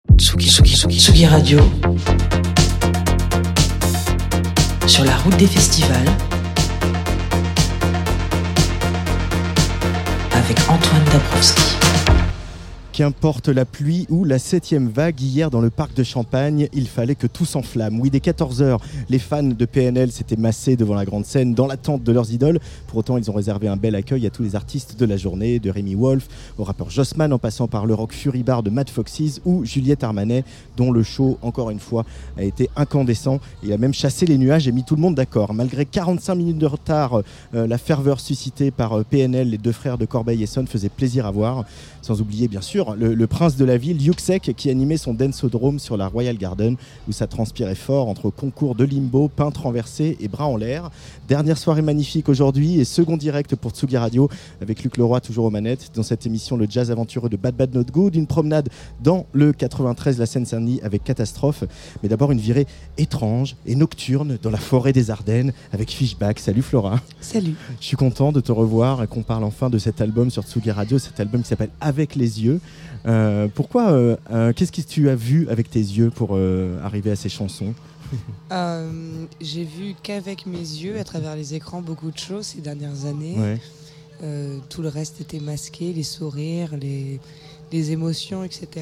Tsugi Radio, sur la route des festivals, avec Antoine Dabrowski. Qu'importe la pluie ou la 7e vague, hier dans le parc de Champagne, il fallait que tout s'enflamme. Oui, dès 14h, les fans de PNL s'étaient massés devant la grande scène dans l'attente de leurs idoles. Pour autant, ils ont réservé un bel accueil à tous les artistes de la journée, de Rémi Wolf au rappeur Jossman, en passant par le rock Fury Bar de Mad Foxes ou Juliette Armanet, dont le show, encore une fois, a été incandescent. Il a même chassé les nuages et mis tout le monde d'accord. Malgré 45 minutes de retard, la ferveur suscitée par PNL, les deux frères de Corbeil-Essonnes, faisait plaisir à voir. Sans oublier, bien sûr, le prince de la ville, Yuxek, qui animait son Dansodrome sur la Royal Garden, où ça transpirait fort entre concours de limbo, peintre renversé et bras en l'air. Dernière soirée magnifique aujourd'hui et second direct pour Tsugi Radio, avec Luc Leroy toujours aux manettes. Dans cette émission, le jazz aventureux de Bad Bad Not Good, une promenade dans le 93, la Seine-Saint-Denis, avec Catastrophe. Mais d'abord, une virée étrange et nocturne dans la forêt des Ardennes, avec Fishback. Salut Flora. Salut. Je suis content de te revoir et qu'on parle enfin de cet album sur Tsugi Radio, cet album qui s'appelle Avec les yeux. Pourquoi qu'est-ce que tu as vu avec tes yeux pour arriver à ces chansons? J'ai vu qu'avec mes yeux, à travers les écrans, beaucoup de choses ces dernières années. Ouais. Tout le reste était masqué, les sourires, les émotions, etc.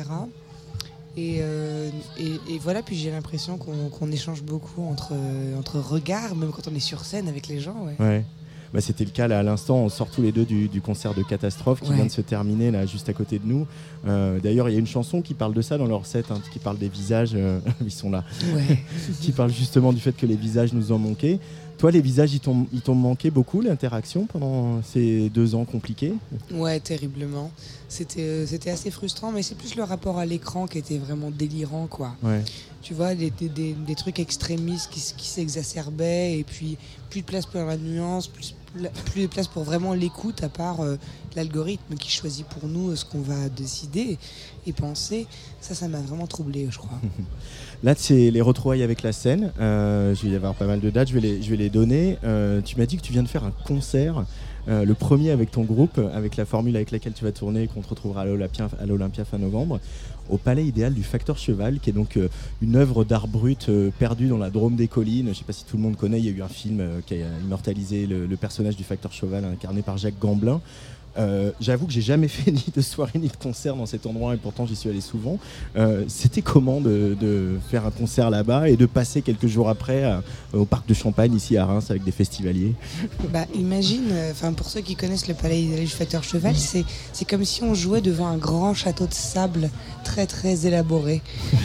Et voilà, puis j'ai l'impression qu'on échange beaucoup entre regards, même quand on est sur scène avec les gens. Ouais. Bah, c'était le cas là à l'instant, on sort tous les deux du concert de Catastrophe qui vient de se terminer là juste à côté de nous. D'ailleurs il y a une chanson qui parle de ça dans leur set, qui parle des visages, ils sont là, qui parle justement du fait que les visages nous ont manqué. Toi, les visages, ils t'ont manqué beaucoup, l'interaction pendant ces 2 ans compliqués? Ouais, terriblement. C'était assez frustrant, mais c'est plus le rapport à l'écran qui était vraiment délirant, quoi. Ouais. Tu vois, des trucs extrémistes qui s'exacerbaient, et puis plus de place pour la nuance, plus de place pour vraiment l'écoute, à part l'algorithme qui choisit pour nous ce qu'on va décider et penser. Ça m'a vraiment troublé, je crois. Là, c'est les retrouvailles avec la scène. Je vais y avoir pas mal de dates, je vais les donner. Tu m'as dit que tu viens de faire un concert, le premier avec ton groupe, avec la formule avec laquelle tu vas tourner, qu'on te retrouvera à l'Olympia fin novembre, au Palais Idéal du Facteur Cheval, qui est donc une œuvre d'art brut perdue dans la Drôme des collines. Je ne sais pas si tout le monde connaît, il y a eu un film qui a immortalisé le personnage du Facteur Cheval, incarné par Jacques Gamblin. J'avoue que j'ai jamais fait ni de soirée ni de concert dans cet endroit et pourtant j'y suis allé souvent. C'était comment de faire un concert là-bas et de passer quelques jours après au parc de Champagne ici à Reims avec des festivaliers? Imagine, pour ceux qui connaissent le Palais du Facteur Cheval, c'est comme si on jouait devant un grand château de sable très très élaboré.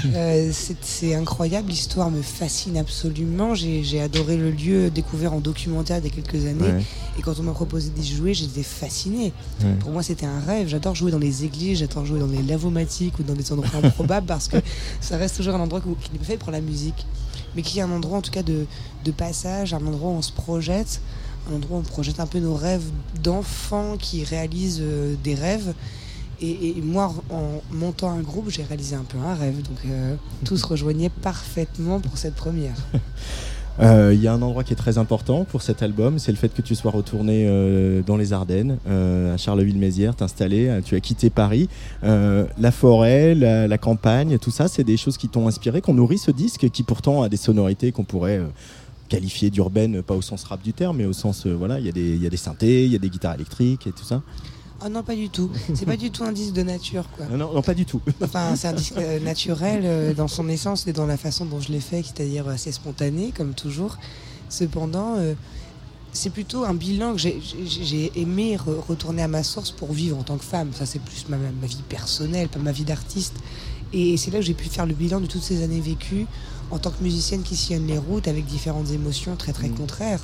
C'est incroyable, l'histoire me fascine absolument. J'ai adoré le lieu, découvert en documentaire il y a quelques années, et quand on m'a proposé d'y jouer, j'étais fasciné. Pour moi, c'était un rêve. J'adore jouer dans les églises, j'adore jouer dans les lavomatiques ou dans des endroits improbables parce que ça reste toujours un endroit qui n'est pas fait pour la musique, mais qui est un endroit en tout cas de passage, un endroit où on se projette, un endroit où on projette un peu nos rêves d'enfants qui réalisent des rêves. Et moi, en montant un groupe, j'ai réalisé un peu un rêve. Donc tout se rejoignait parfaitement pour cette première. Il y a un endroit qui est très important pour cet album, c'est le fait que tu sois retourné dans les Ardennes, à Charleville-Mézières, t'installer. Tu as quitté Paris. La forêt, la campagne, tout ça, c'est des choses qui t'ont inspiré, qu'on nourrit ce disque, qui pourtant a des sonorités qu'on pourrait qualifier d'urbaines, pas au sens rap du terme, mais au sens, il y a des synthés, il y a des guitares électriques et tout ça. Ah non, pas du tout. C'est pas du tout un disque de nature, quoi. Non, pas du tout. C'est un disque naturel dans son essence et dans la façon dont je l'ai fait, c'est-à-dire assez spontané, comme toujours. Cependant, c'est plutôt un bilan que j'ai aimé retourner à ma source pour vivre en tant que femme. Ça, c'est plus ma vie personnelle, pas ma vie d'artiste. Et c'est là que j'ai pu faire le bilan de toutes ces années vécues en tant que musicienne qui sillonne les routes avec différentes émotions très très contraires.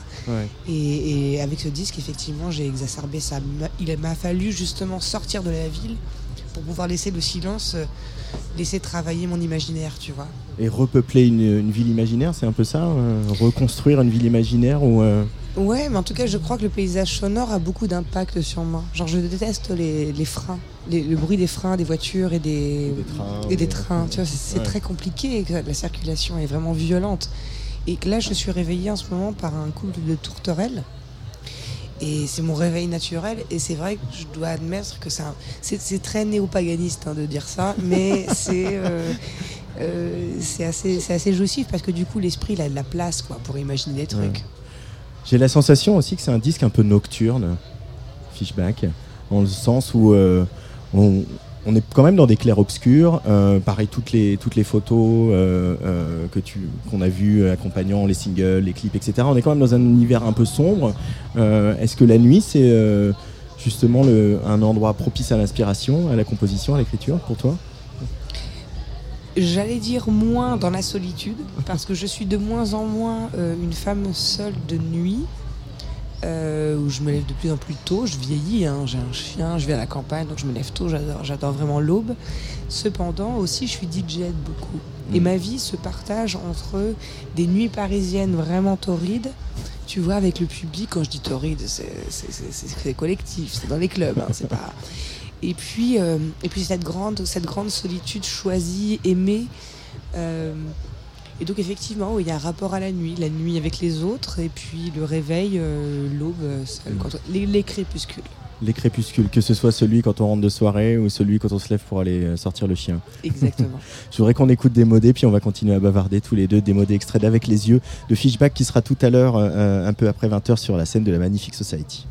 Et avec ce disque, effectivement, j'ai exacerbé ça. Il m'a fallu justement sortir de la ville pour pouvoir laisser le silence, laisser travailler mon imaginaire, tu vois. Et repeupler une ville imaginaire, c'est un peu ça, reconstruire une ville imaginaire ou Ouais, mais en tout cas, je crois que le paysage sonore a beaucoup d'impact sur moi. Genre, je déteste les freins, le bruit des freins, des voitures et des trains. Tu vois, c'est très compliqué, la circulation est vraiment violente. Et que là, je suis réveillée en ce moment par un couple de tourterelles. Et c'est mon réveil naturel. Et c'est vrai que je dois admettre que c'est très néopaganiste de dire ça, mais c'est assez jouissif parce que du coup, l'esprit il a de la place pour imaginer des trucs. Ouais. J'ai la sensation aussi que c'est un disque un peu nocturne, Fishback, dans le sens où on est quand même dans des clairs-obscurs. Pareil, toutes les photos qu'on a vues accompagnant les singles, les clips, etc. On est quand même dans un univers un peu sombre. Est-ce que la nuit, c'est justement un endroit propice à l'inspiration, à la composition, à l'écriture pour toi ? J'allais dire moins dans la solitude, parce que je suis de moins en moins une femme seule de nuit, où je me lève de plus en plus tôt. Je vieillis, j'ai un chien, je vais à la campagne, donc je me lève tôt, j'adore vraiment l'aube. Cependant, aussi, je suis DJ beaucoup. Et ma vie se partage entre des nuits parisiennes vraiment torrides, tu vois, avec le public. Quand je dis torride, c'est collectif, c'est dans les clubs, c'est pas... Et puis cette grande solitude choisie, aimée. Et donc effectivement, il y a un rapport à la nuit avec les autres, et puis le réveil, l'aube, seul, les crépuscules. Les crépuscules, que ce soit celui quand on rentre de soirée ou celui quand on se lève pour aller sortir le chien. Exactement. Je voudrais qu'on écoute Démodé, puis on va continuer à bavarder tous les deux. Démodé, extrait d'Avec les yeux de Fishback, qui sera tout à l'heure, un peu après 20h, sur la scène de la Magnifique Society.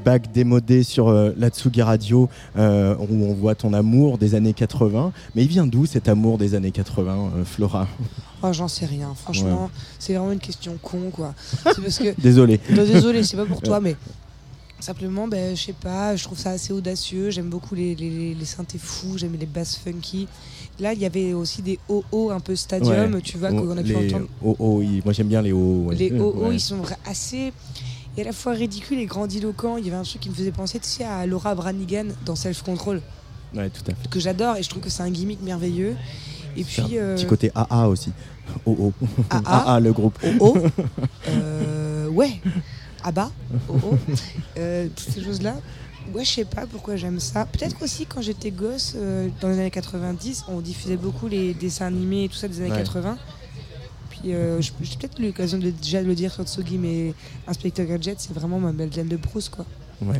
Fishback démodé sur la Tsugi Radio, où on voit ton amour des années 80. Mais il vient d'où cet amour des années 80, Flora ? Oh, j'en sais rien, franchement, c'est vraiment une question con, quoi. C'est parce que... Désolé. Non, désolé, c'est pas pour toi, mais simplement, je sais pas, je trouve ça assez audacieux. J'aime beaucoup les synthés fous, j'aime les basses funky. Là, il y avait aussi des OO un peu stadium, tu vois, qu'on a pu entendre. OO, moi j'aime bien les OO. Les OO, ils sont assez... Et à la fois ridicules et grandiloquents. Il y avait un truc qui me faisait penser, tu sais, à Laura Branigan dans Self Control. Ouais, tout à fait. Que j'adore et je trouve que c'est un gimmick merveilleux. Et puis, un petit côté AA aussi. OO. AA, le groupe. OO. Ouais. ABBA. OO. Toutes ces choses-là. Ouais, je sais pas pourquoi j'aime ça. Peut-être aussi quand j'étais gosse, dans les années 90, on diffusait beaucoup les dessins animés et tout ça des années 80. Puis j'ai peut-être eu l'occasion de déjà le dire sur Tsugi, mais Inspector Gadget, c'est vraiment ma Madeleine de Proust, quoi. Ouais.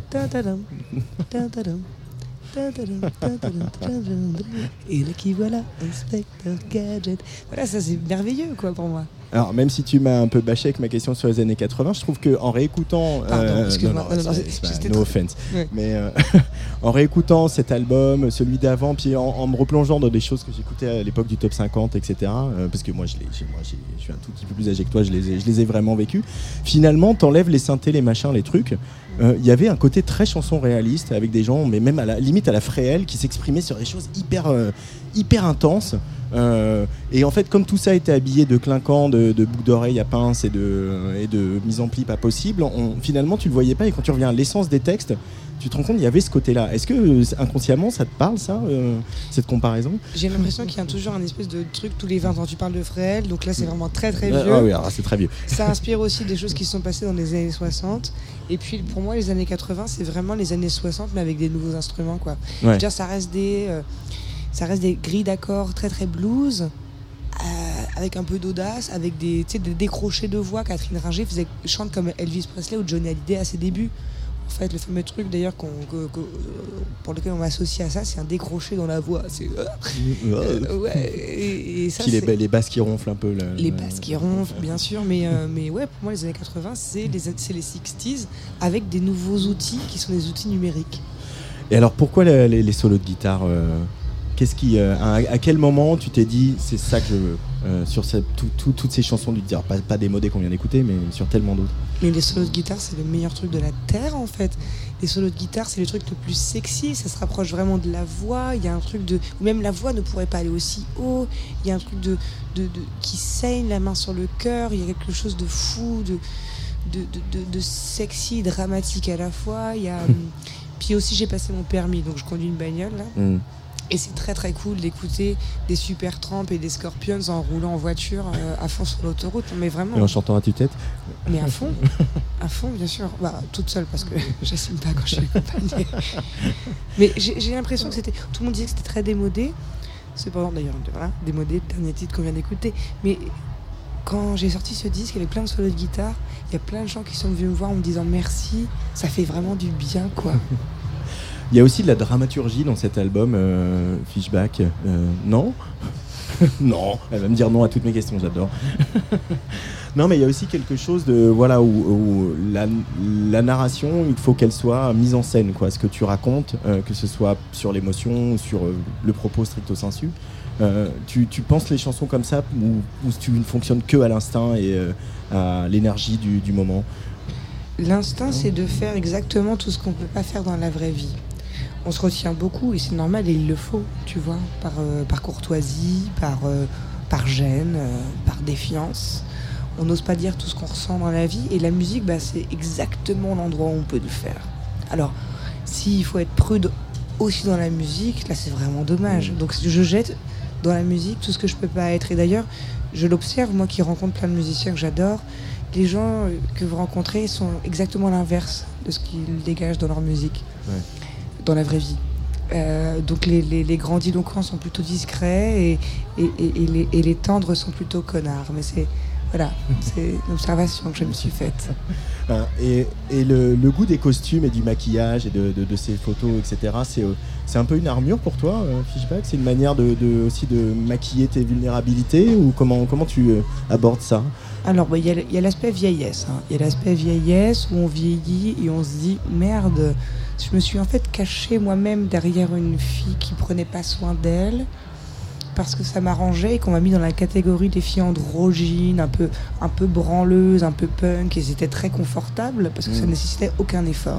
Et là qui voilà, Inspector Gadget. Voilà, ça c'est merveilleux, quoi, pour moi. Alors, même si tu m'as un peu bâché avec ma question sur les années 80, je trouve qu'en réécoutant... Pardon, excuse-moi. No offense. Ouais. Mais en réécoutant cet album, celui d'avant, puis en me replongeant dans des choses que j'écoutais à l'époque du Top 50, etc., parce que moi, je suis un tout petit peu plus âgé que toi, je les ai vraiment vécus. Finalement, t'enlèves les synthés, les machins, les trucs. Il y avait un côté très chanson réaliste, avec des gens, mais même à la limite à la Fréhel, qui s'exprimaient sur des choses hyper intenses. Et en fait, comme tout ça était habillé de clinquants, de boucles d'oreilles à pince et de mise en pli pas possible, finalement tu le voyais pas. Et quand tu reviens à l'essence des textes, tu te rends compte qu'il y avait ce côté-là. Est-ce que inconsciemment ça te parle, ça, cette comparaison ? J'ai l'impression qu'il y a toujours un espèce de truc tous les 20 ans. Tu parles de Fréhel, donc là c'est vraiment très très vieux. Ah oui, alors c'est très vieux. Ça inspire aussi des choses qui se sont passées dans les années 60. Et puis pour moi, les années 80, c'est vraiment les années 60, mais avec des nouveaux instruments, quoi. Je veux dire, ça reste des grilles d'accords très très blues, avec un peu d'audace, avec des décrochés de voix. Catherine Ringer chante comme Elvis Presley ou Johnny Hallyday à ses débuts. En fait, le fameux truc d'ailleurs pour lequel on m'associe à ça, c'est un décroché dans la voix. C'est et ça, les basses qui ronflent un peu. Les basses qui ronflent, bien sûr, mais ouais, pour moi, les années 80, c'est les 60s avec des nouveaux outils qui sont des outils numériques. Et alors, pourquoi les solos de guitare Qu'est-ce qui, à quel moment tu t'es dit c'est ça que je veux sur toutes ces chansons du dire pas démodées qu'on vient d'écouter, mais sur tellement d'autres. Mais les solos de guitare, c'est le meilleur truc de la terre, en fait. Les solos de guitare, c'est le truc le plus sexy. Ça se rapproche vraiment de la voix. Il y a un truc de, ou même la voix ne pourrait pas aller aussi haut. Il y a un truc de qui saigne, la main sur le cœur. Il y a quelque chose de fou, de sexy, dramatique à la fois. Il y a puis aussi j'ai passé mon permis, donc je conduis une bagnole là. Et c'est très très cool d'écouter des Supertramp et des Scorpions en roulant en voiture à fond sur l'autoroute. Mais vraiment. Et en chantant à tue-tête. Mais à fond, bien sûr. Toute seule parce que j'assume pas quand je suis accompagnée. Mais j'ai l'impression que tout le monde disait que c'était très démodé. Cependant d'ailleurs, voilà, démodé, le dernier titre qu'on vient d'écouter. Mais quand j'ai sorti ce disque, il y avait plein de solos de guitare. Il y a plein de gens qui sont venus me voir en me disant merci. Ça fait vraiment du bien, quoi. Il y a aussi de la dramaturgie dans cet album, Fishback. Non. Non, elle va me dire non à toutes mes questions, j'adore. Non, mais il y a aussi quelque chose de où la narration, il faut qu'elle soit mise en scène, quoi. Ce que tu racontes, que ce soit sur l'émotion ou sur le propos stricto sensu. Tu penses les chansons comme ça ou tu ne fonctionnes que à l'instinct et à l'énergie du moment? L'instinct, c'est de faire exactement tout ce qu'on ne peut pas faire dans la vraie vie. On se retient beaucoup et c'est normal et il le faut, tu vois, par courtoisie, par gêne, par défiance. On n'ose pas dire tout ce qu'on ressent dans la vie et la musique, c'est exactement l'endroit où on peut le faire. Alors, s'il faut être prude aussi dans la musique, là c'est vraiment dommage. Donc je jette dans la musique tout ce que je peux pas être. Et d'ailleurs, je l'observe, moi qui rencontre plein de musiciens que j'adore, les gens que vous rencontrez sont exactement l'inverse de ce qu'ils dégagent dans leur musique. Ouais. Dans la vraie vie. Donc les grandiloquents sont plutôt discrets et les tendres sont plutôt connards. Mais c'est une observation que je me suis faite. Et le goût des costumes et du maquillage et de ces photos, etc., c'est un peu une armure pour toi, Fishback? C'est une manière aussi de maquiller tes vulnérabilités ou comment tu abordes ça? Alors, il y a l'aspect vieillesse. Il y a l'aspect vieillesse où on vieillit et on se dit merde, je me suis en fait cachée moi-même derrière une fille qui prenait pas soin d'elle parce que ça m'arrangeait et qu'on m'a mis dans la catégorie des filles androgynes, un peu branleuses, un peu punk, et c'était très confortable parce que ça nécessitait aucun effort.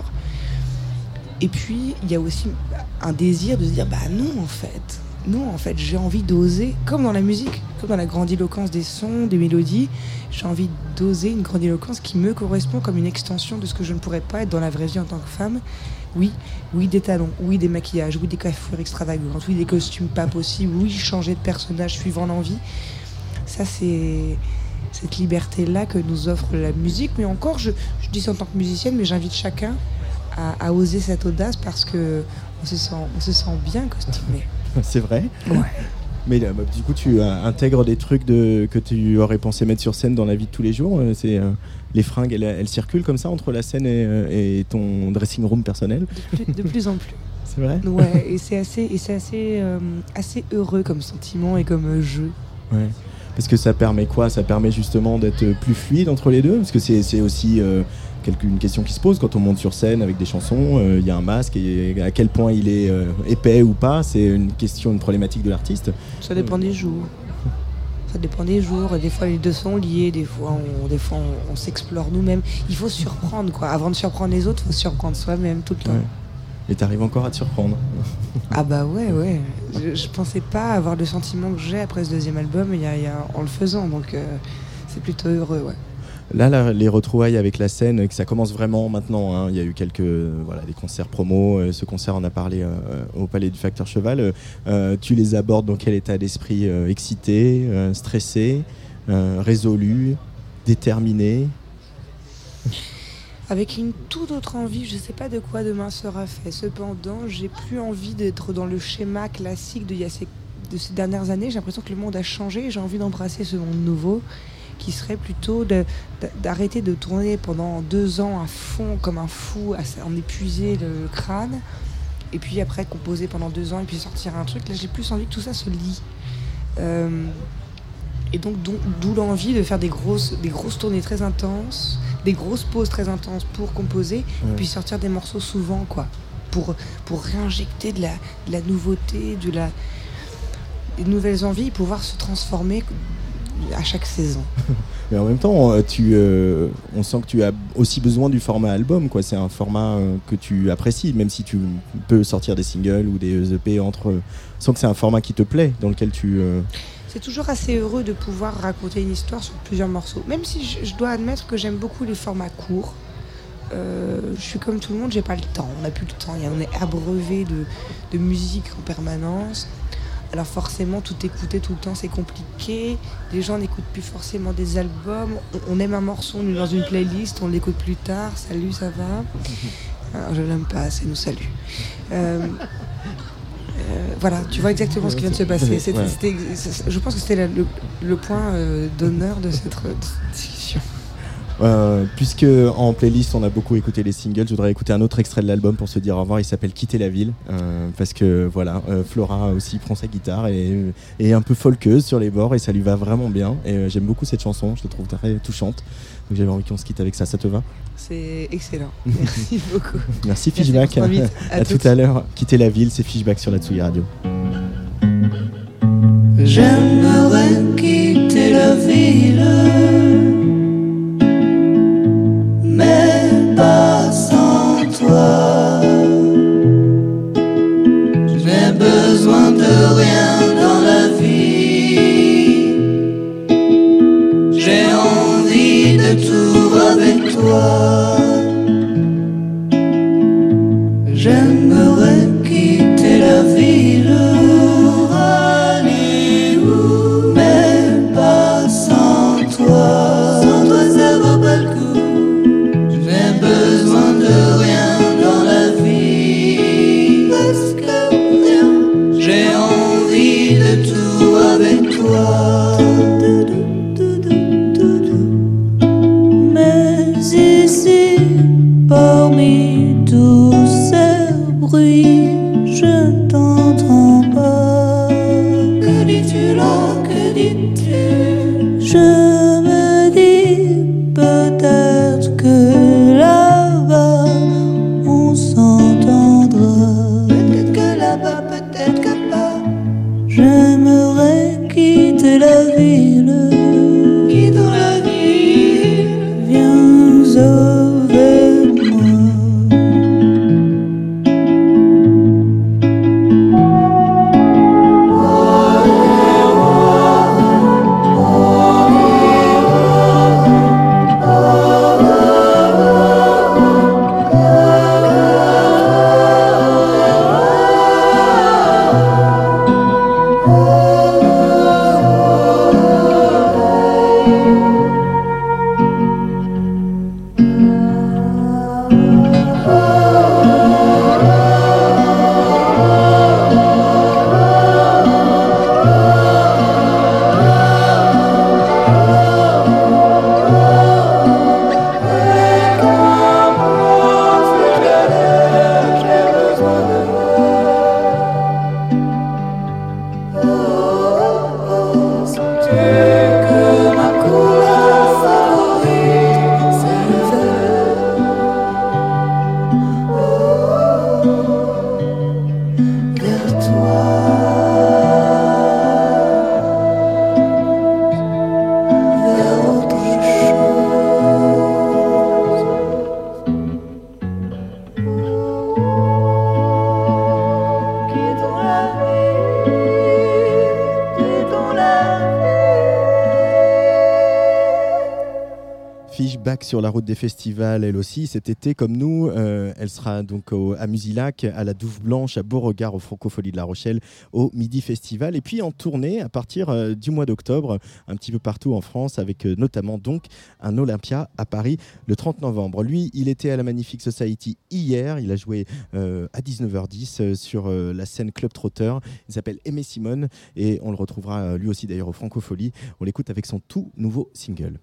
Et puis, il y a aussi un désir de se dire non, en fait, j'ai envie d'oser, comme dans la musique, comme dans la grandiloquence des sons, des mélodies, j'ai envie d'oser une grandiloquence qui me correspond comme une extension de ce que je ne pourrais pas être dans la vraie vie en tant que femme. Oui, des talons, oui, des maquillages, oui, des coiffures extravagantes, oui, des costumes pas possibles, oui, changer de personnage suivant l'envie. Ça, c'est cette liberté-là que nous offre la musique. Mais encore, je dis ça en tant que musicienne, mais j'invite chacun à oser cette audace parce qu'on se sent bien costumé. C'est vrai. Ouais. Mais du coup, tu intègres des trucs que tu aurais pensé mettre sur scène dans la vie de tous les jours. Les fringues, elles circulent comme ça entre la scène et ton dressing room personnel. De plus en plus. C'est vrai. Ouais, et c'est assez heureux comme sentiment et comme jeu. Ouais. Parce que ça permet quoi ? Ça permet justement d'être plus fluide entre les deux. Parce que c'est aussi une question qui se pose quand on monte sur scène avec des chansons. Il y a un masque et à quel point il est épais ou pas, c'est une problématique de l'artiste. Ça dépend des jours. Ça dépend des jours. Des fois les deux sont liés, des fois on s'explore nous-mêmes. Il faut se surprendre quoi. Avant de surprendre les autres, il faut se surprendre soi-même tout le temps. Ouais. Et t'arrives encore à te surprendre. Ah bah ouais. Je pensais pas avoir le sentiment que j'ai après ce deuxième album en le faisant, donc c'est plutôt heureux, ouais. Là, les retrouvailles avec la scène, que ça commence vraiment maintenant. Hein. Il y a eu des concerts promo. Ce concert, on a parlé au Palais du Facteur Cheval. Tu les abordes dans quel état d'esprit ? Excité, stressé, résolu, déterminé ? Avec une toute autre envie, je ne sais pas de quoi demain sera fait. Cependant, j'ai plus envie d'être dans le schéma classique de ces dernières années. J'ai l'impression que le monde a changé et j'ai envie d'embrasser ce monde nouveau qui serait plutôt d'arrêter de tourner pendant 2 ans à fond comme un fou, à en épuiser le crâne, et puis après composer pendant 2 ans et puis sortir un truc. Là, j'ai plus envie que tout ça se lie. Et donc, d'où l'envie de faire des grosses tournées très intenses, des grosses pauses très intenses pour composer, et puis sortir des morceaux souvent, quoi, pour réinjecter de la nouveauté, des nouvelles envies, et pouvoir se transformer à chaque saison. Mais en même temps, on sent que tu as aussi besoin du format album, quoi. C'est un format que tu apprécies, même si tu peux sortir des singles ou des EP entre. On sent que c'est un format qui te plaît, dans lequel tu. C'est toujours assez heureux de pouvoir raconter une histoire sur plusieurs morceaux. Même si je dois admettre que j'aime beaucoup les formats courts. Je suis comme tout le monde, j'ai pas le temps. On n'a plus le temps. On est abreuvé de musique en permanence. Alors forcément, tout écouter tout le temps, c'est compliqué. Les gens n'écoutent plus forcément des albums. On aime un morceau, on est dans une playlist, on l'écoute plus tard. Salut, ça va ? Alors, je l'aime pas assez, nous salue. Voilà, tu vois exactement ce qui vient de se passer. Je pense que c'était le point d'honneur de cette discussion. Puisque en playlist on a beaucoup écouté les singles, je voudrais écouter un autre extrait de l'album pour se dire au revoir. Il s'appelle Quitter la ville, parce que voilà, Flora aussi prend sa guitare et est un peu folkeuse sur les bords et ça lui va vraiment bien, et j'aime beaucoup cette chanson, je la trouve très touchante, donc j'avais envie qu'on se quitte avec ça te va ? C'est excellent, merci beaucoup. Merci Fishback, à tout à l'heure. Quitter la ville, c'est Fishback sur la Tsugi Radio. J'aimerais quitter la ville, mais pas sans toi. J'ai besoin de rien dans la vie. J'ai envie de tout avec toi. J'aimerais quitter la ville, aller où, mais pas sans toi. Sans toi ça vaut pas le coup. J'ai besoin de rien dans la vie, presque rien. J'ai envie de tout avec toi. Mais ici, parmi tous ces bruits, je t'entends pas. Que dis-tu là, que dis-tu? Je me dis back sur la route des festivals, elle aussi, cet été comme nous. Elle sera donc à Musilac, à la Douve Blanche, à Beauregard, au Francophonie de La Rochelle, au Midi Festival. Et puis en tournée à partir du mois d'octobre, un petit peu partout en France, avec notamment donc un Olympia à Paris le 30 novembre. Lui, il était à la Magnifique Society hier. Il a joué à 19h10 sur la scène Club Trotter. Il s'appelle Aimé Simone et on le retrouvera lui aussi d'ailleurs au Francophonie. On l'écoute avec son tout nouveau single.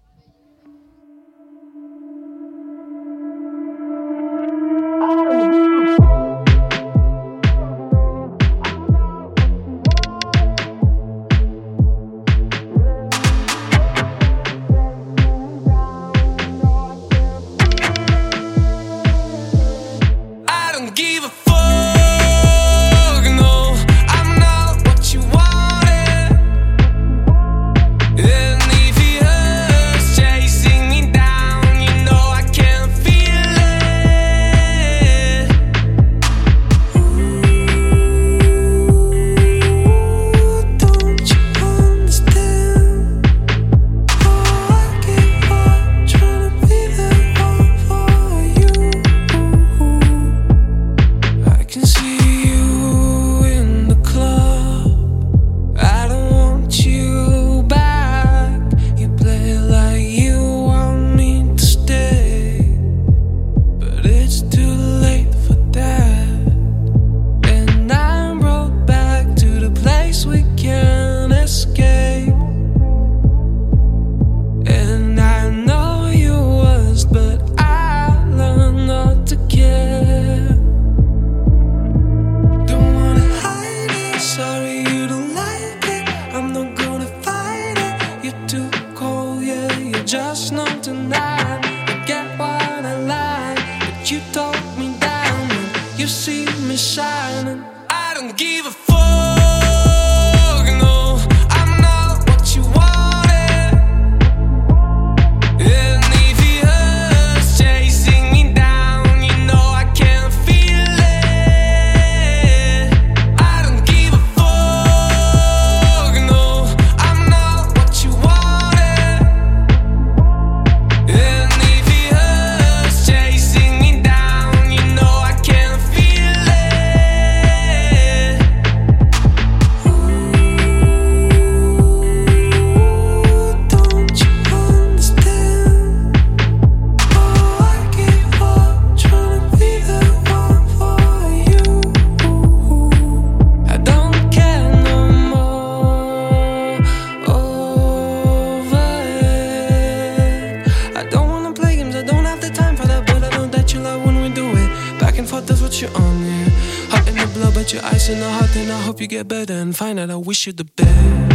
Get better and find out I wish you the best.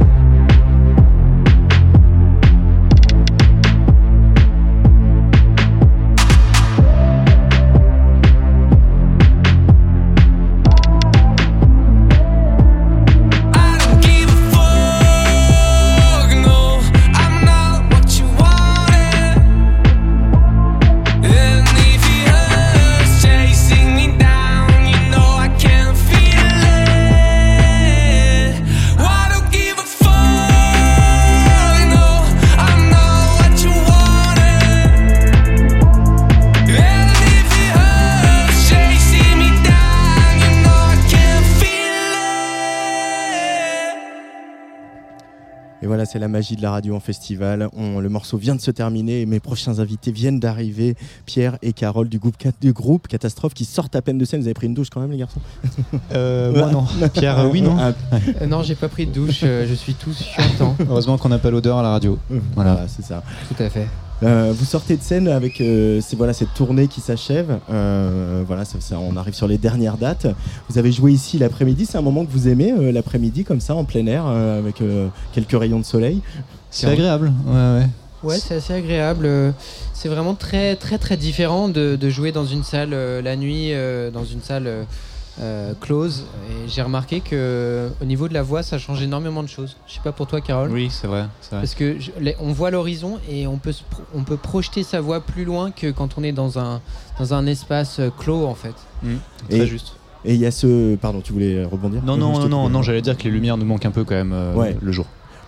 Voilà, c'est la magie de la radio en festival. Le morceau vient de se terminer et mes prochains invités viennent d'arriver. Pierre et Carole du groupe Catastrophe qui sortent à peine de scène. Vous avez pris une douche quand même, les garçons ? Moi non. Pierre, oui, non. Non, j'ai pas pris de douche. Je suis tout suintant. Heureusement qu'on n'a pas l'odeur à la radio. Voilà, c'est ça. Tout à fait. Vous sortez de scène avec cette tournée qui s'achève. On arrive sur les dernières dates. Vous avez joué ici l'après-midi. C'est un moment que vous aimez, l'après-midi, comme ça, en plein air, avec quelques rayons de soleil. C'est agréable. Ouais, c'est assez agréable. C'est vraiment très, très, très différent de jouer dans une salle la nuit, dans une salle close. Et j'ai remarqué qu'au niveau de la voix, ça change énormément de choses. Je sais pas pour toi, Carole. Oui, c'est vrai. Parce que on voit l'horizon et on peut projeter sa voix plus loin que quand on est dans un espace clos, en fait. Très juste. Et il y a ce... Pardon, tu voulais rebondir ? Non, j'allais dire que les lumières nous manquent un peu quand même le jour.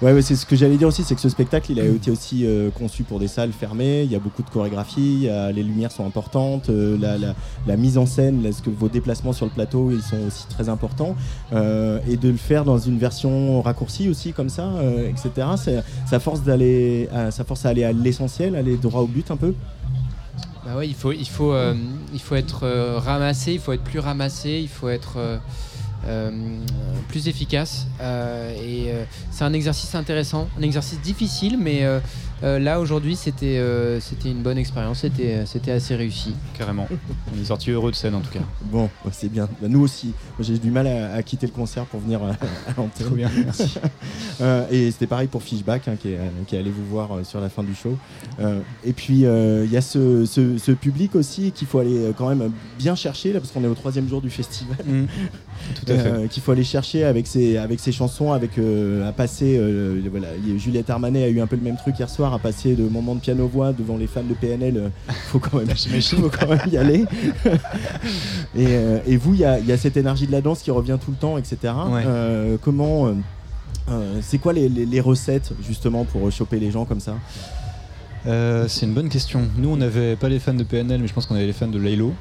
Ouais, c'est ce que j'allais dire aussi, c'est que ce spectacle, il a été aussi conçu pour des salles fermées. Il y a beaucoup de chorégraphie, les lumières sont importantes, la mise en scène, vos déplacements sur le plateau, ils sont aussi très importants. Et de le faire dans une version raccourcie aussi, comme ça, etc. Ça force à aller à l'essentiel, aller droit au but un peu. Bah ouais, il faut être ramassé, il faut être plus ramassé, il faut être plus efficace. C'est un exercice intéressant, un exercice difficile, mais là aujourd'hui c'était une bonne expérience, c'était assez réussi. Carrément. On est sortis heureux de scène en tout cas. Bon, c'est bien. Bah, nous aussi. Moi, j'ai du mal à quitter le concert pour venir à l'antenne. Trop bien, merci. Et c'était pareil pour Fishback qui est allé vous voir sur la fin du show. Et puis il y a ce public aussi qu'il faut aller quand même bien chercher là, parce qu'on est au 3e jour du festival. Tout à fait. Qu'il faut aller chercher avec ses chansons, à passer. Voilà, Juliette Armanet a eu un peu le même truc hier soir, à passer de moments de piano-voix devant les fans de PNL. Faut quand même y aller. Et vous, il y a cette énergie de la danse qui revient tout le temps, etc. Ouais. Comment c'est quoi les recettes justement pour choper les gens comme ça? C'est une bonne question. Nous, on n'avait pas les fans de PNL, mais je pense qu'on avait les fans de Laylo.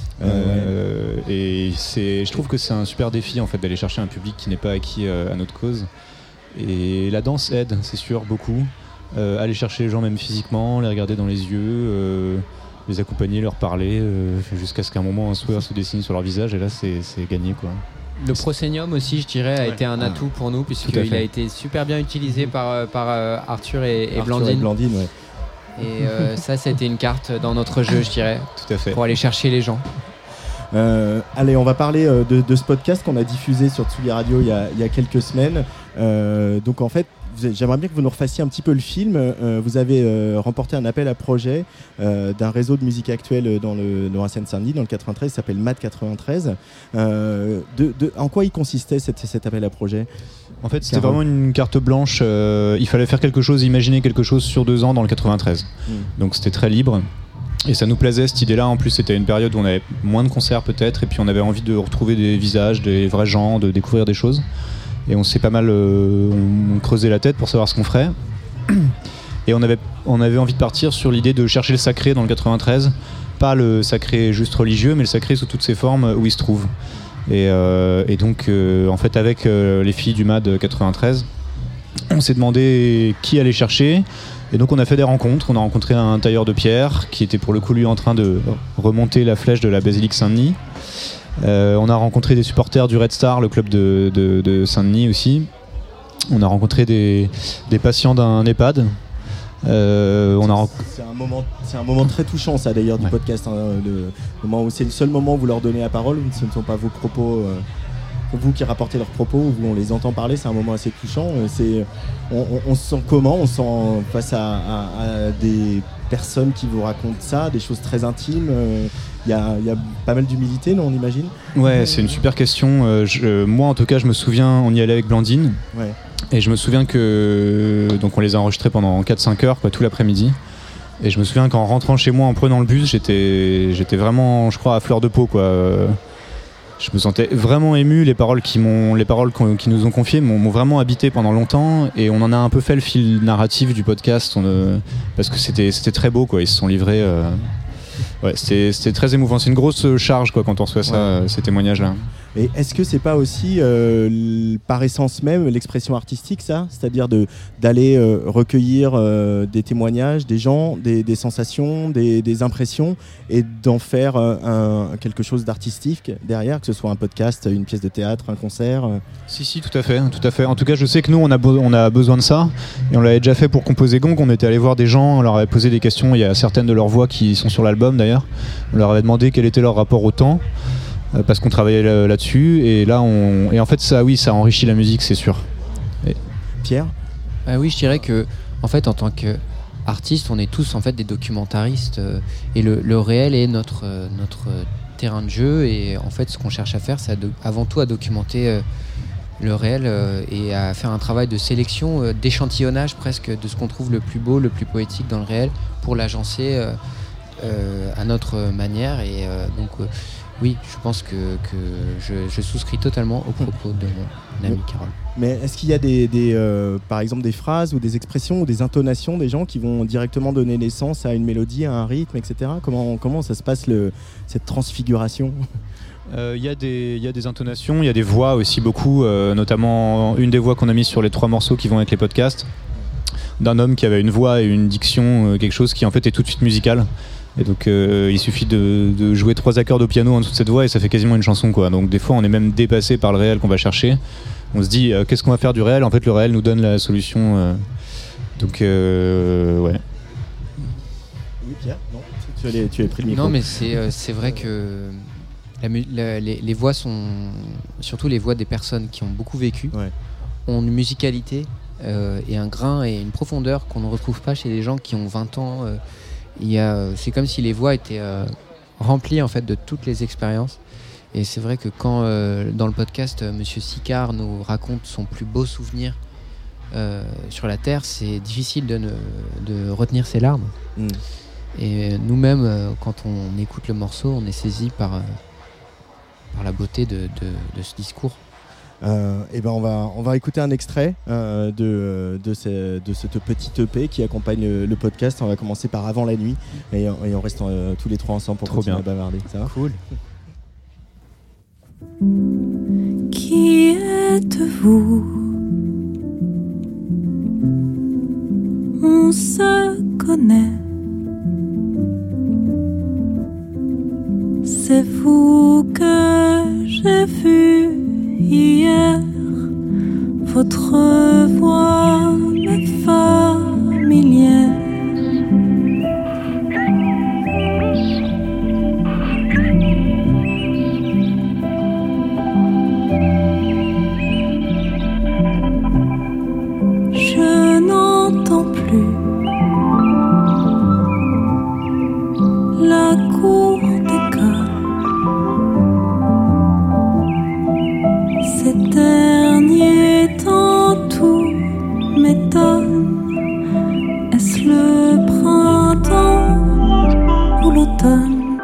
Et je trouve que c'est un super défi en fait d'aller chercher un public qui n'est pas acquis à notre cause. Et la danse aide, c'est sûr, beaucoup. Aller chercher les gens même physiquement, les regarder dans les yeux, les accompagner, leur parler, jusqu'à ce qu'à un moment un sourire se dessine sur leur visage, et là c'est gagné quoi. Le proscenium aussi, je dirais, a été un atout pour nous, puisqu'il a été super bien utilisé par Arthur et Blandine. Ouais. Et ça a été une carte dans notre jeu, je dirais, tout à fait. Pour aller chercher les gens. Allez, on va parler de ce podcast qu'on a diffusé sur Tsugi Radio il y a quelques semaines. Donc en fait, j'aimerais bien que vous nous refassiez un petit peu le film. Vous avez remporté un appel à projet d'un réseau de musique actuelle dans la Seine-Saint-Denis, dans le 93, qui s'appelle MAD 93. En quoi il consistait cet appel à projet ? En fait, c'était vraiment une carte blanche. Il fallait faire quelque chose, imaginer quelque chose sur 2 ans dans le 93. Donc c'était très libre. Et ça nous plaisait cette idée-là. En plus, c'était une période où on avait moins de concerts peut-être, et puis on avait envie de retrouver des visages, des vrais gens, de découvrir des choses. Et on s'est pas mal on creusait la tête pour savoir ce qu'on ferait. Et on avait envie de partir sur l'idée de chercher le sacré dans le 93. Pas le sacré juste religieux, mais le sacré sous toutes ses formes où il se trouve. Et donc, en fait, avec les filles du MAD 93, on s'est demandé qui allait chercher. Et donc on a fait des rencontres. On a rencontré un tailleur de pierre qui était pour le coup lui en train de remonter la flèche de la basilique Saint-Denis. On a rencontré des supporters du Red Star, le club de Saint-Denis aussi. On a rencontré des patients d'un EHPAD. C'est un moment très touchant ça d'ailleurs du podcast. Le moment où c'est le seul moment où vous leur donnez la parole, ce ne sont pas vos propos. Vous qui rapportez leurs propos, où on les entend parler, c'est un moment assez touchant. On se sent comment ? On se sent face à des personnes qui vous racontent ça, des choses très intimes. Il y a pas mal d'humilité, non, on imagine ? Ouais, c'est une super question. Moi, en tout cas, je me souviens, on y allait avec Blandine. Ouais. Et je me souviens que donc on les a enregistrés pendant 4-5 heures, tout l'après-midi. Et je me souviens qu'en rentrant chez moi, en prenant le bus, j'étais vraiment, je crois, à fleur de peau, quoi. Je me sentais vraiment ému. Les paroles qui nous ont confiées m'ont vraiment habité pendant longtemps, et on en a un peu fait le fil narratif du podcast parce que c'était très beau, quoi. Ils se sont livrés. C'était très émouvant. C'est une grosse charge, quoi, quand on reçoit ça, ces témoignages-là. Et est-ce que c'est pas aussi par essence même l'expression artistique, ça ? C'est-à-dire d'aller recueillir des témoignages, des gens, des sensations, des impressions, et d'en faire quelque chose d'artistique derrière, que ce soit un podcast, une pièce de théâtre, un concert Si, tout à fait. En tout cas, je sais que nous, on a besoin de ça, et on l'avait déjà fait pour composer Gong. On était allé voir des gens, on leur avait posé des questions. Il y a certaines de leurs voix qui sont sur l'album d'ailleurs. On leur avait demandé quel était leur rapport au temps. Parce qu'on travaillait là-dessus, et là et en fait ça enrichit la musique, c'est sûr. Pierre ? Oui, je dirais que en fait en tant qu'artiste, on est tous en fait des documentaristes, et le réel est notre terrain de jeu, et en fait ce qu'on cherche à faire, c'est avant tout à documenter le réel, et à faire un travail de sélection, d'échantillonnage presque de ce qu'on trouve le plus beau, le plus poétique dans le réel, pour l'agencer à notre manière, et donc oui, je pense que je souscris totalement aux propos de mon ami Carole. Mais est-ce qu'il y a par exemple des phrases ou des expressions ou des intonations des gens qui vont directement donner naissance à une mélodie, à un rythme, etc. Comment ça se passe cette transfiguration ? Il y a des intonations, il y a des voix aussi beaucoup, notamment une des voix qu'on a mise sur les 3 morceaux qui vont avec les podcasts, d'un homme qui avait une voix et une diction, quelque chose qui en fait est tout de suite musical. Et donc il suffit de jouer 3 accords au piano en dessous de cette voix et ça fait quasiment une chanson, quoi. Donc des fois on est même dépassé par le réel qu'on va chercher. On se dit qu'est-ce qu'on va faire du réel ? En fait le réel nous donne la solution. Donc ouais. Oui Pierre, non, tu avais pris le micro. Non mais c'est vrai que les voix sont, surtout les voix des personnes qui ont beaucoup vécu, ont une musicalité et un grain et une profondeur qu'on ne retrouve pas chez les gens qui ont 20 ans. C'est comme si les voix étaient remplies en fait de toutes les expériences. Et c'est vrai que quand dans le podcast Monsieur Sicard nous raconte son plus beau souvenir sur la Terre, c'est difficile de retenir ses larmes. Et nous-mêmes, quand on écoute le morceau, on est saisi par la beauté de ce discours. Et ben on va écouter un extrait de cette petite EP qui accompagne le podcast. On va commencer par Avant la nuit et on reste tous les 3 ensemble pour continuer à bavarder. Ça va ? Cool. Qui êtes-vous ? On se connaît. C'est vous que j'ai vu hier. Votre voix m'est familière. Je n'entends plus la cour d'école. Ces derniers temps, tout m'étonne. Est-ce le printemps ou l'automne?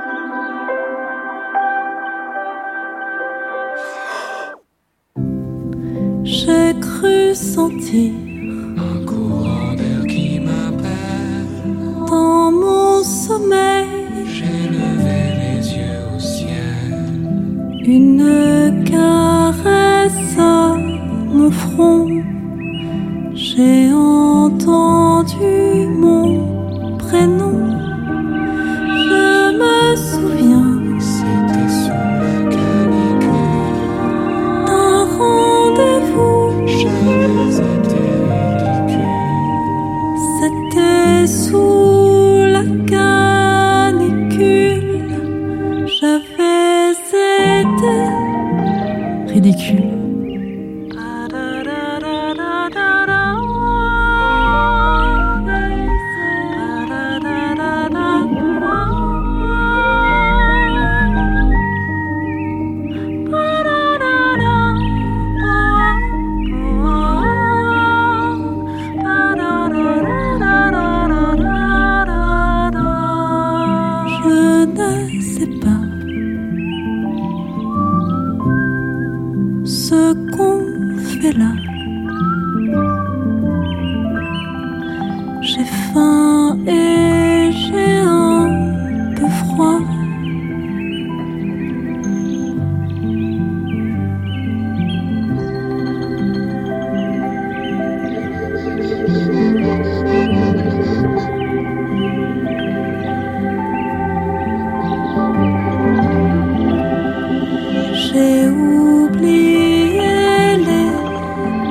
J'ai cru sentir un courant d'air qui m'appelle. Dans mon sommeil, J'ai levé les yeux au ciel. une caresse à mon front. J'ai entendu mon prénom. Je me souviens C'était sous la canicule. d'un rendez-vous. J'avais été ridicule. C'était sous la canicule. J'avais été ridicule. Je ne sais pas ce qu'on fait là. J'ai faim et j'ai un peu froid. J'ai oublié les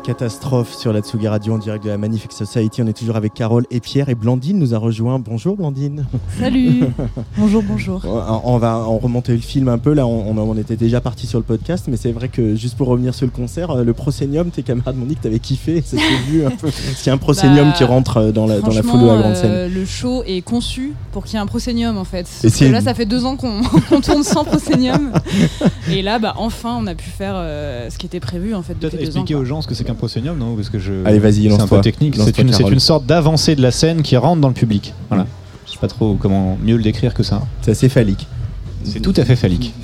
Catastrophe sur la Tsugi Radio en direct de la Magnifique Society. On est toujours avec Carole et Pierre et Blandine nous a rejoint. Bonjour Blandine. Salut. Bonjour. On va remonter le film un peu. Là, on était déjà parti sur le podcast, mais c'est vrai que juste pour revenir sur le concert, le Proscenium, tes camarades m'ont dit que t'avais kiffé. Ça s'est vu un peu. S'il y a un Proscenium qui rentre dans la foule de la grande scène. Le show est conçu pour qu'il y ait un Proscenium en fait. Parce que là, ça fait 2 ans qu'on tourne sans Proscenium. Et là, enfin, on a pu faire ce qui était prévu en fait depuis 2 ans. Peut-être expliquer aux gens ce que c'est qu'un proscenium, non ? Parce que Allez, vas-y, c'est un peu technique. C'est une sorte d'avancée de la scène qui rentre dans le public. Voilà. Je sais pas trop comment mieux le décrire que ça. C'est assez phallique. C'est tout à fait phallique.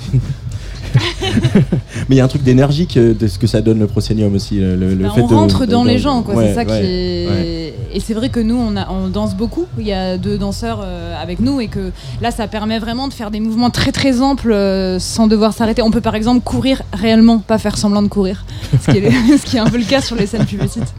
Mais il y a un truc d'énergique de ce que ça donne le proscenium aussi. On rentre dans les gens, quoi. C'est ça qui est. Ouais. Et c'est vrai que nous, on danse beaucoup. Il y a 2 danseurs avec nous et que là, ça permet vraiment de faire des mouvements très très amples sans devoir s'arrêter. On peut par exemple courir réellement, pas faire semblant de courir, ce qui est un peu le cas sur les scènes plus petites.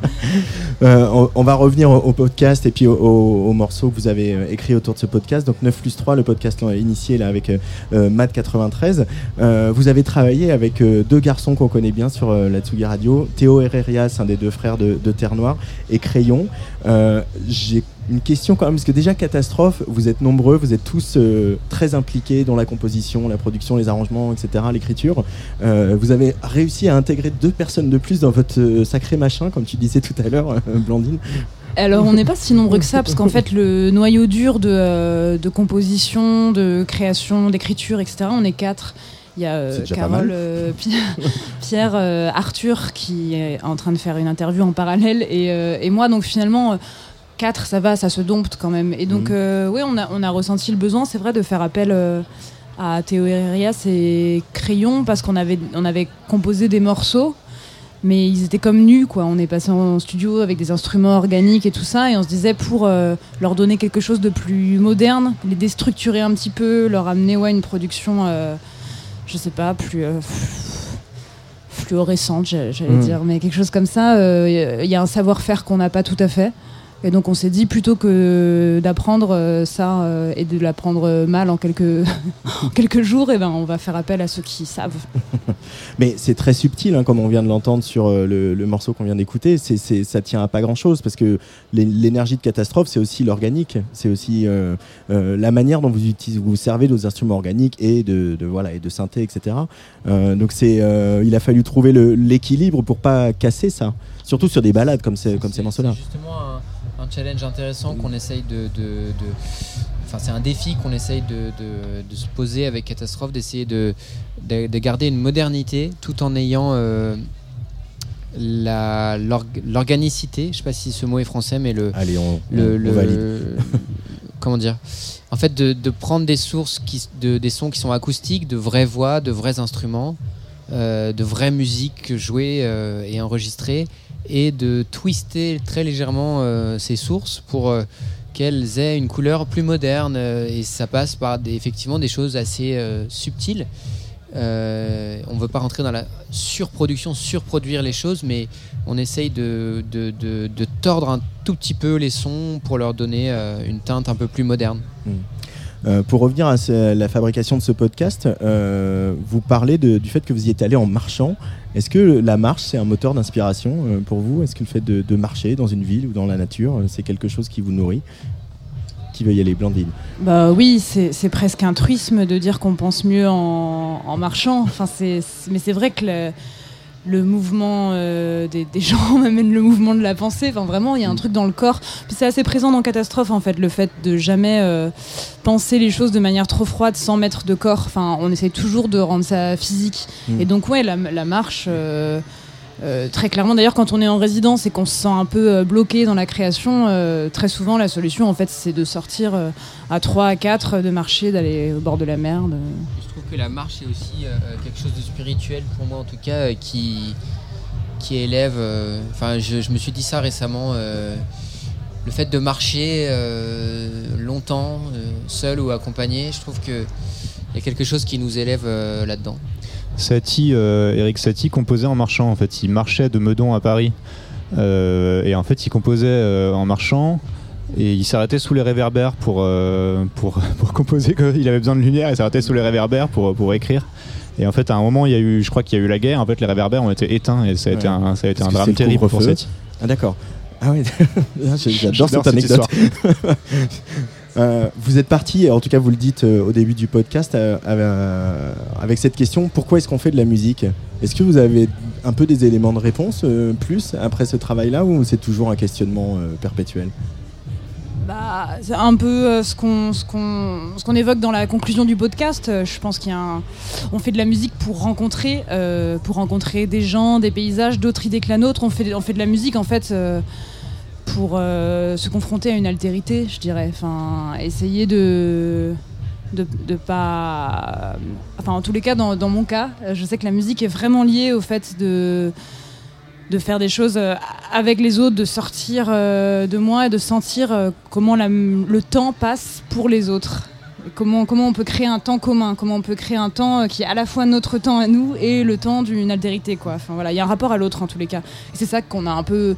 On va revenir au podcast et puis au morceau que vous avez écrit autour de ce podcast. Donc 9+3, le podcast initié là avec Matt 93. Vous avez travaillé avec 2 garçons qu'on connaît bien sur la Tsugi Radio, Théo Herrerias, un des 2 frères de Terre Noire, et Crayon. J'ai une question quand même, parce que déjà Catastrophe, vous êtes nombreux, vous êtes tous très impliqués dans la composition, la production, les arrangements, etc., l'écriture. Vous avez réussi à intégrer 2 personnes de plus dans votre sacré machin, comme tu disais tout à l'heure, Blandine. Alors on n'est pas si nombreux que ça, parce qu'en fait le noyau dur de composition, de création, d'écriture, etc., on est 4. Il y a Carole, Pierre, Arthur qui est en train de faire une interview en parallèle et moi, donc finalement 4 ça va, ça se dompte quand même. Et donc oui, on a ressenti le besoin, c'est vrai, de faire appel à Théo Herrerias et Crayon parce qu'on avait composé des morceaux mais ils étaient comme nus, quoi. On est passé en studio avec des instruments organiques et tout ça et on se disait pour leur donner quelque chose de plus moderne, les déstructurer un petit peu, leur amener une production je sais pas, plus fluorescente, j'allais dire, mais quelque chose comme ça. Il y a un savoir-faire qu'on n'a pas tout à fait. Et donc on s'est dit, plutôt que d'apprendre ça et de l'apprendre mal en quelques jours, on va faire appel à ceux qui savent. Mais c'est très subtil, hein, comme on vient de l'entendre sur le morceau qu'on vient d'écouter. Ça tient à pas grand-chose, parce que l'énergie de Catastrophe, c'est aussi l'organique. C'est aussi la manière dont vous servez nos instruments organiques et de synthé, etc. Donc il a fallu trouver l'équilibre pour pas casser ça. Surtout sur des ballades comme ces morceaux-là. C'est justement un challenge intéressant qu'on essaye Enfin, c'est un défi qu'on essaye de se poser avec Catastrophe, d'essayer de garder une modernité tout en ayant l'organicité. Je ne sais pas si ce mot est français, mais Allez, on valide. Comment dire ? En fait, de prendre des sources, des sons qui sont acoustiques, de vraies voix, de vrais instruments, de vraie musique jouée et enregistrée, et de twister très légèrement ces sources pour qu'elles aient une couleur plus moderne, et ça passe par effectivement des choses assez subtiles. On ne veut pas rentrer dans la surproduire les choses, mais on essaye de tordre un tout petit peu les sons pour leur donner une teinte un peu plus moderne. Pour revenir à la fabrication de ce podcast, vous parlez du fait que vous y êtes allé en marchant. Est-ce que la marche, c'est un moteur d'inspiration pour vous ? Est-ce que le fait de marcher dans une ville ou dans la nature, c'est quelque chose qui vous nourrit ? Qui veut y aller, Blandine ? Oui, c'est presque un truisme de dire qu'on pense mieux en marchant. Enfin, mais c'est vrai que le mouvement des gens m'amène le mouvement de la pensée. Enfin, vraiment, il y a un truc dans le corps. Puis c'est assez présent dans Catastrophe, en fait, le fait de jamais penser les choses de manière trop froide sans mettre de corps. Enfin, on essaie toujours de rendre ça physique. Et donc, la marche... très clairement, d'ailleurs, quand on est en résidence et qu'on se sent un peu bloqué dans la création, très souvent la solution, en fait, c'est de sortir à 3, à 4, de marcher, d'aller au bord de la mer. Je trouve que la marche est aussi quelque chose de spirituel pour moi, en tout cas, qui élève. Je me suis dit ça récemment. Le fait de marcher longtemps, seul ou accompagné, je trouve qu'il y a quelque chose qui nous élève là-dedans. Eric Satie composait en marchant, en fait. Il marchait de Meudon à Paris. Et en fait, il composait en marchant. Et il s'arrêtait sous les réverbères pour composer. Il avait besoin de lumière, il s'arrêtait sous les réverbères pour écrire. Et en fait, à un moment, je crois qu'il y a eu la guerre. En fait, les réverbères ont été éteints et ça a été un drame terrible pour Seti. Ah d'accord. Ah ouais, j'adore cette anecdote. Vous êtes parti, en tout cas vous le dites au début du podcast, avec cette question, pourquoi est-ce qu'on fait de la musique ? Est-ce que vous avez un peu des éléments de réponse plus après ce travail-là, ou c'est toujours un questionnement perpétuel ? C'est un peu ce qu'on évoque dans la conclusion du podcast. Je pense on fait de la musique pour rencontrer des gens, des paysages, d'autres idées que la nôtre. On fait de la musique en fait pour se confronter à une altérité, je dirais. Enfin, essayer de pas... Enfin, en tous les cas, dans mon cas, je sais que la musique est vraiment liée au fait de faire des choses avec les autres, de sortir de moi et de sentir comment le temps passe pour les autres. Comment on peut créer un temps commun, comment on peut créer un temps qui est à la fois notre temps à nous et le temps d'une altérité, quoi. Enfin, voilà, il y a un rapport à l'autre en tous les cas. Et c'est ça qu'on a un peu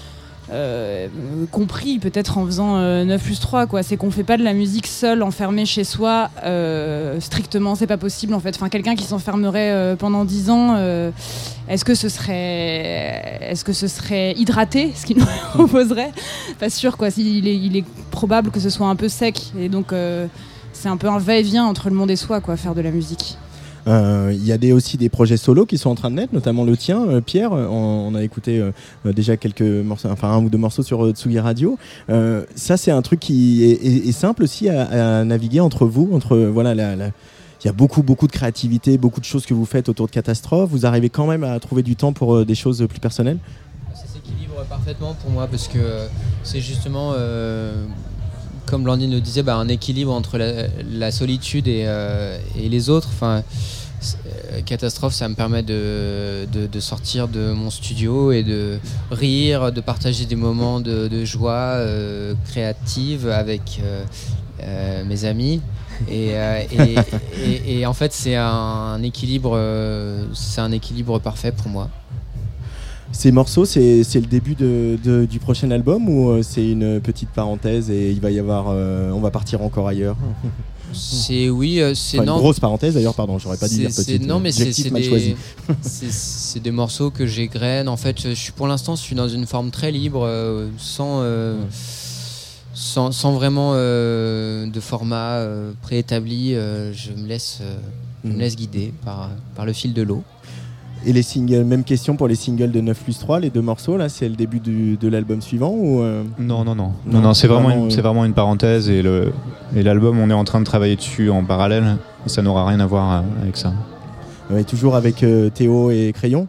compris peut-être en faisant 9+3, quoi. C'est qu'on fait pas de la musique seul, enfermé chez soi, strictement, c'est pas possible en fait. Enfin, quelqu'un qui s'enfermerait pendant 10 ans, est-ce que ce serait hydraté, ce qu'il nous proposerait ? Pas sûr, quoi. Il est probable que ce soit un peu sec, et donc c'est un peu un va-et-vient entre le monde et soi, quoi, faire de la musique. Il y a aussi des projets solos qui sont en train de naître, notamment le tien, Pierre. On a écouté déjà quelques morceaux, enfin 1 ou 2 morceaux sur Tsugi Radio. Ça, c'est un truc qui est simple aussi à naviguer entre vous, voilà il y a beaucoup de créativité, beaucoup de choses que vous faites autour de Catastrophe. Vous arrivez quand même à trouver du temps pour des choses plus personnelles ? Ça s'équilibre parfaitement pour moi parce que c'est justement, comme Blandine le disait, un équilibre entre la solitude et les autres. Enfin, Catastrophe, ça me permet de sortir de mon studio et de rire, de partager des moments de joie créative avec mes amis. Et en fait, c'est un équilibre parfait pour moi. Ces morceaux, c'est le début du prochain album, ou c'est une petite parenthèse et il va y avoir, on va partir encore ailleurs ? C'est une grosse parenthèse d'ailleurs, pardon, j'aurais pas dû dire petite. Non, mais c'est des morceaux que j'égrène. En fait, pour l'instant, je suis dans une forme très libre, sans vraiment de format préétabli. Je me laisse guider par le fil de l'eau. Et les singles, même question pour les singles de 9+3, les 2 morceaux, là, c'est le début de l'album suivant ou Non, c'est vraiment une parenthèse et l'album, on est en train de travailler dessus en parallèle et ça n'aura rien à voir avec ça. Et toujours avec Théo et Crayon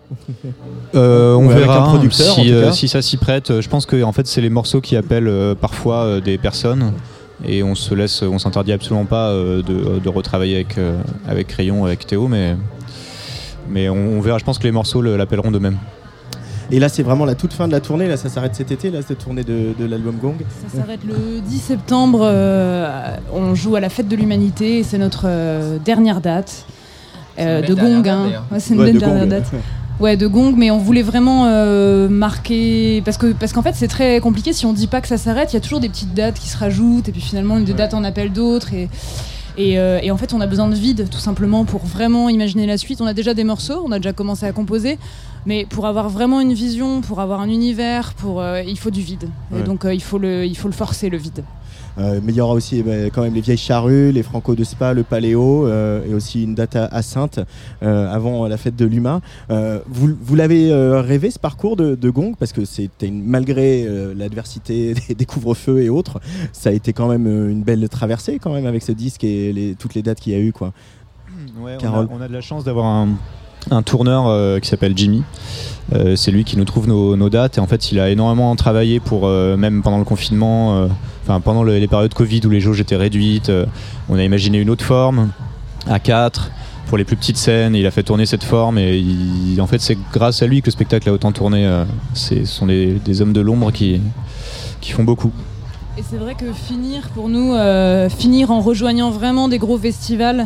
on verra un producteur, si ça s'y prête. Je pense que en fait, c'est les morceaux qui appellent parfois des personnes et on s'interdit absolument pas de retravailler avec Crayon, avec Théo, mais on verra. Je pense que les morceaux l'appelleront d'eux-mêmes. Et là, c'est vraiment la toute fin de la tournée. Là, ça s'arrête cet été, là, cette tournée de l'album Gong. Ça s'arrête le 10 septembre. On joue à la Fête de l'Humanité. Et c'est notre dernière date de Gong. C'est une dernière date. Ouais, de Gong, mais on voulait vraiment marquer, parce qu'en fait c'est très compliqué si on dit pas que ça s'arrête. Il y a toujours des petites dates qui se rajoutent et puis finalement une date en appelle d'autres et en fait on a besoin de vide tout simplement pour vraiment imaginer la suite. On a déjà des morceaux, on a déjà commencé à composer, mais pour avoir vraiment une vision, pour avoir un univers, il faut du vide. Ouais. Et donc il faut le forcer, le vide. Mais il y aura aussi quand même les Vieilles Charrues, les Franco de Spa, le Paléo et aussi une date à Saintes avant la fête de l'UMA. Vous l'avez rêvé, ce parcours de Gong, parce que c'était malgré l'adversité des couvre-feux et autres, ça a été quand même une belle traversée quand même avec ce disque et toutes les dates qu'il y a eu, quoi. Ouais, on a de la chance d'avoir un tourneur qui s'appelle Jimmy. C'est lui qui nous trouve nos dates et en fait il a énormément travaillé pour même pendant le confinement, pendant les périodes Covid où les jauges étaient réduites, on a imaginé une autre forme à 4 pour les plus petites scènes, il a fait tourner cette forme et en fait c'est grâce à lui que le spectacle a autant tourné. Ce sont des hommes de l'ombre qui font beaucoup. Et c'est vrai que finir pour nous, finir en rejoignant vraiment des gros festivals,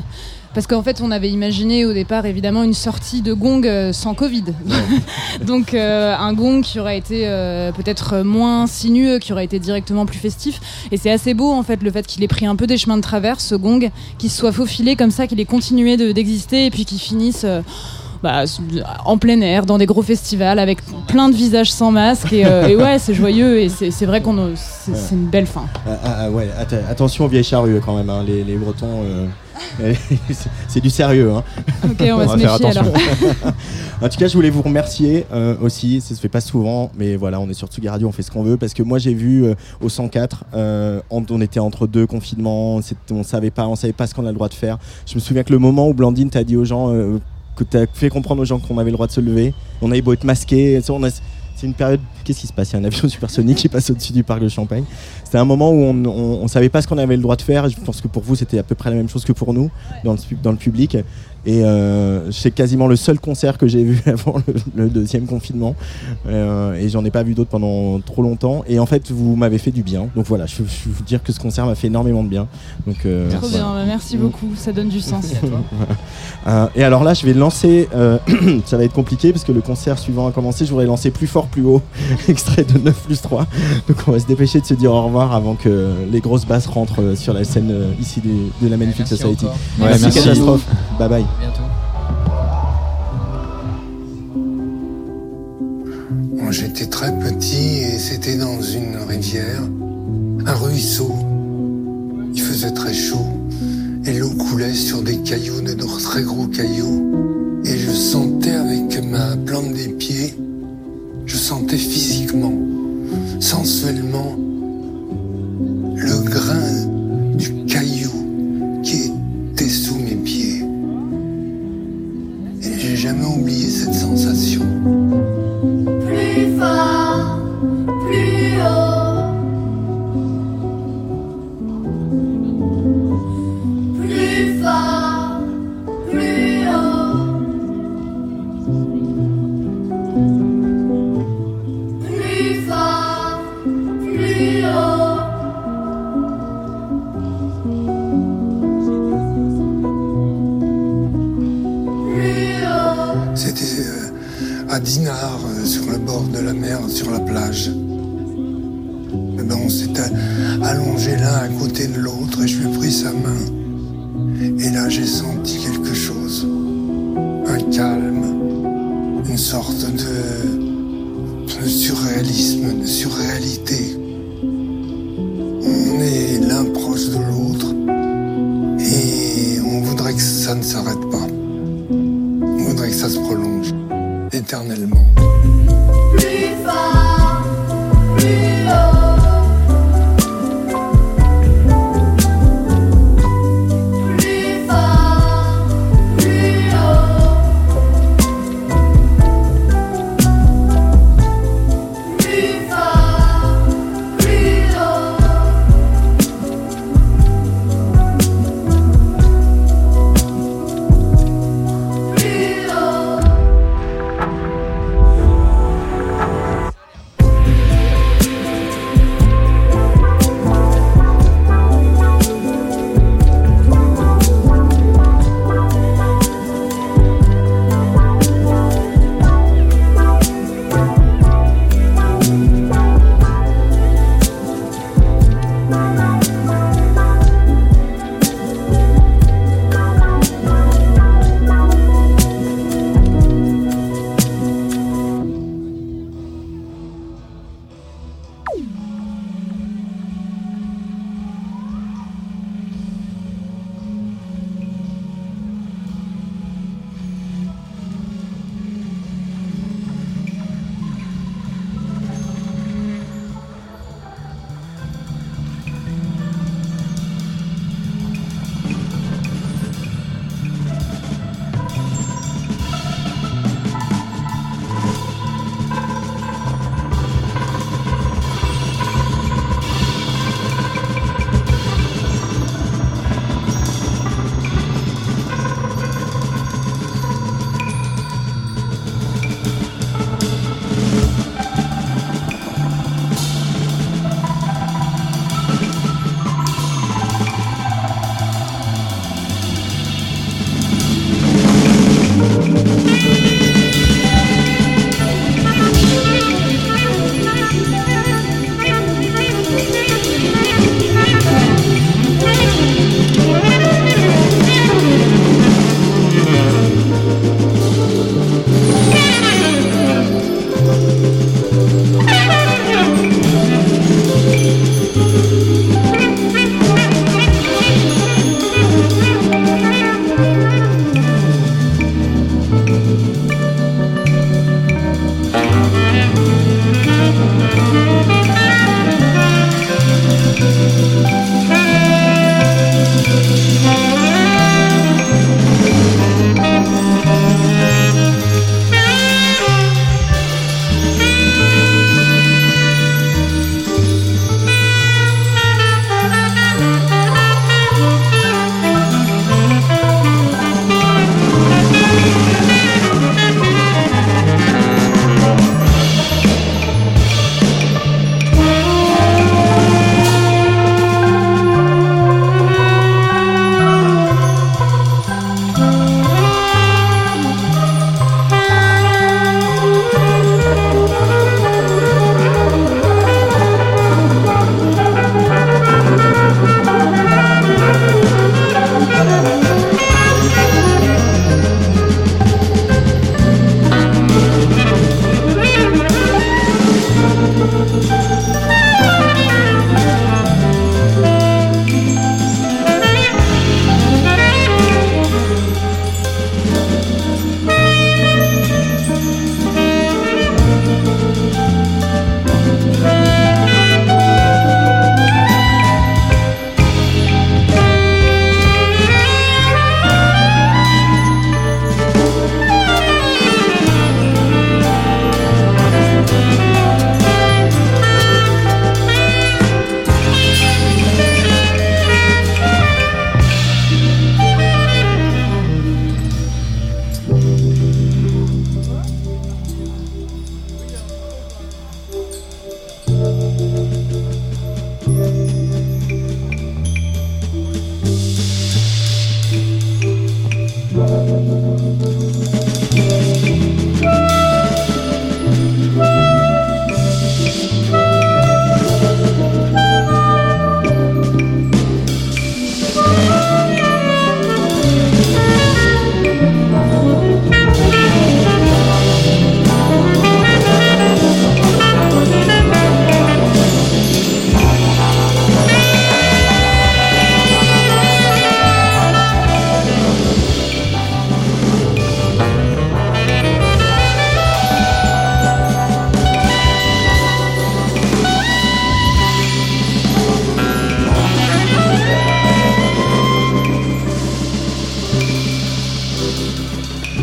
Parce qu'en fait, on avait imaginé au départ, évidemment, une sortie de Gong sans Covid. Donc, un Gong qui aurait été peut-être moins sinueux, qui aurait été directement plus festif. Et c'est assez beau, en fait, le fait qu'il ait pris un peu des chemins de travers, ce Gong, qu'il se soit faufilé comme ça, qu'il ait continué d'exister et puis qu'il finisse... en plein air, dans des gros festivals, avec plein de visages sans masque. Et ouais, c'est joyeux et c'est vrai c'est une belle fin. Ouais, attention aux vieilles charrues quand même, hein, les Bretons. C'est du sérieux. Hein. Ok, on va se méfier alors. En tout cas, je voulais vous remercier aussi. Ça se fait pas souvent, mais voilà, on est sur Tsugi Radio, on fait ce qu'on veut. Parce que moi, j'ai vu au 104, on était entre deux confinements, on savait pas ce qu'on a le droit de faire. Je me souviens que le moment où Blandine t'a dit aux gens, que t'as fait comprendre aux gens qu'on avait le droit de se lever, on avait beau être masqué, c'est une période. Qu'est-ce qui se passe ? Il y a un avion supersonique qui passe au-dessus du parc de Champagne. C'était un moment où on savait pas ce qu'on avait le droit de faire. Je pense que pour vous, c'était à peu près la même chose que pour nous, dans le public. Et c'est quasiment le seul concert que j'ai vu avant le deuxième confinement. Et j'en ai pas vu d'autres pendant trop longtemps. Et en fait, vous m'avez fait du bien. Donc voilà, je veux vous dire que ce concert m'a fait énormément de bien. Donc, trop bien, merci beaucoup. Ça donne du sens. Et alors là, je vais lancer. Ça va être compliqué parce que le concert suivant a commencé. Je voudrais lancer Plus fort, plus haut, extrait de 9+3. Donc on va se dépêcher de se dire au revoir avant que les grosses basses rentrent sur la scène ici de la Magnifique Society. Merci. Catastrophe. Bye bye. Bientôt. Moi, j'étais très petit et c'était dans une rivière, un ruisseau. Il faisait très chaud et l'eau coulait sur des cailloux, de très gros cailloux. Et je sentais avec ma plante des pieds, je sentais physiquement, sensuellement, le grain du caillou qui était sous mes pieds. Et j'ai jamais oublié cette sensation. Plus fort, plus haut. Plus fort, plus haut. Plus fort, plus haut. C'était à Dinard, sur le bord de la mer, sur la plage. Et ben, on s'était allongés l'un à côté de l'autre et je lui ai pris sa main. Et là, j'ai senti quelque chose. Un calme, une sorte de surréalisme, de surréalité. On est l'un proche de l'autre et on voudrait que ça ne s'arrête pas. On voudrait que ça se prolonge éternellement. Plus fort, plus haut. Plus fort, plus haut. Plus fort, plus haut. Plus haut.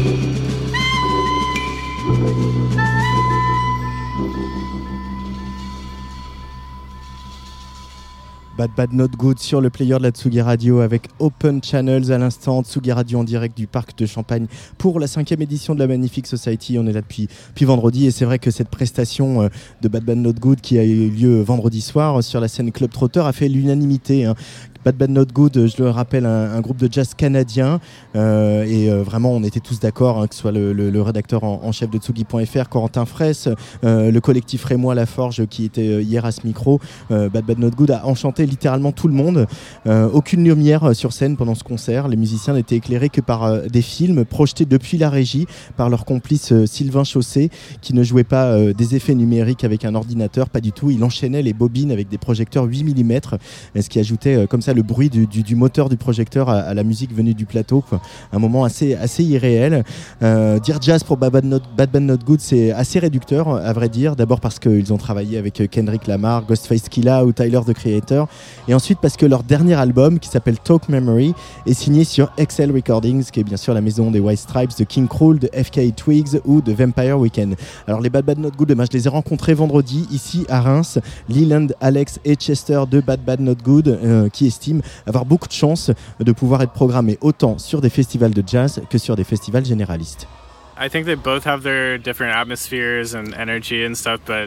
Bad Bad Not Good sur le player de la Tsugi Radio avec Open Channels à l'instant. Tsugi Radio en direct du parc de Champagne pour la 5e édition de la Magnifique Society. On est là depuis vendredi et c'est vrai que cette prestation de Bad Bad Not Good qui a eu lieu vendredi soir sur la scène Club Trotter a fait l'unanimité. Bad Bad Not Good, je le rappelle, un groupe de jazz canadien et vraiment on était tous d'accord, que ce soit le rédacteur en chef de Tsugi.fr, Corentin Fraisse, le collectif Rémois Laforge qui était hier à ce micro. Bad Bad Not Good a enchanté littéralement tout le monde. Aucune lumière sur scène pendant ce concert, les musiciens n'étaient éclairés que par des films projetés depuis la régie par leur complice Sylvain Chausset qui ne jouait pas des effets numériques avec un ordinateur, pas du tout, il enchaînait les bobines avec des projecteurs 8 mm, ce qui ajoutait comme ça le bruit du moteur du projecteur à la musique venue du plateau, quoi. Un moment assez irréel. Dire jazz pour Bad Bad Not Good, c'est assez réducteur à vrai dire, d'abord parce qu'ils ont travaillé avec Kendrick Lamar, Ghostface Killah ou Tyler the Creator, et ensuite parce que leur dernier album qui s'appelle Talk Memory est signé sur Excel Recordings, qui est bien sûr la maison des White Stripes, de King Krul, de FK Twigs ou de Vampire Weekend. Alors les Bad Bad Not Good, je les ai rencontrés vendredi ici à Reims, Leland, Alex et Chester de Bad Bad Not Good qui estiment avoir beaucoup de chance de pouvoir être programmés autant sur des festivals de jazz que sur des festivals généralistes. I think they both have their different atmospheres and energy and stuff, but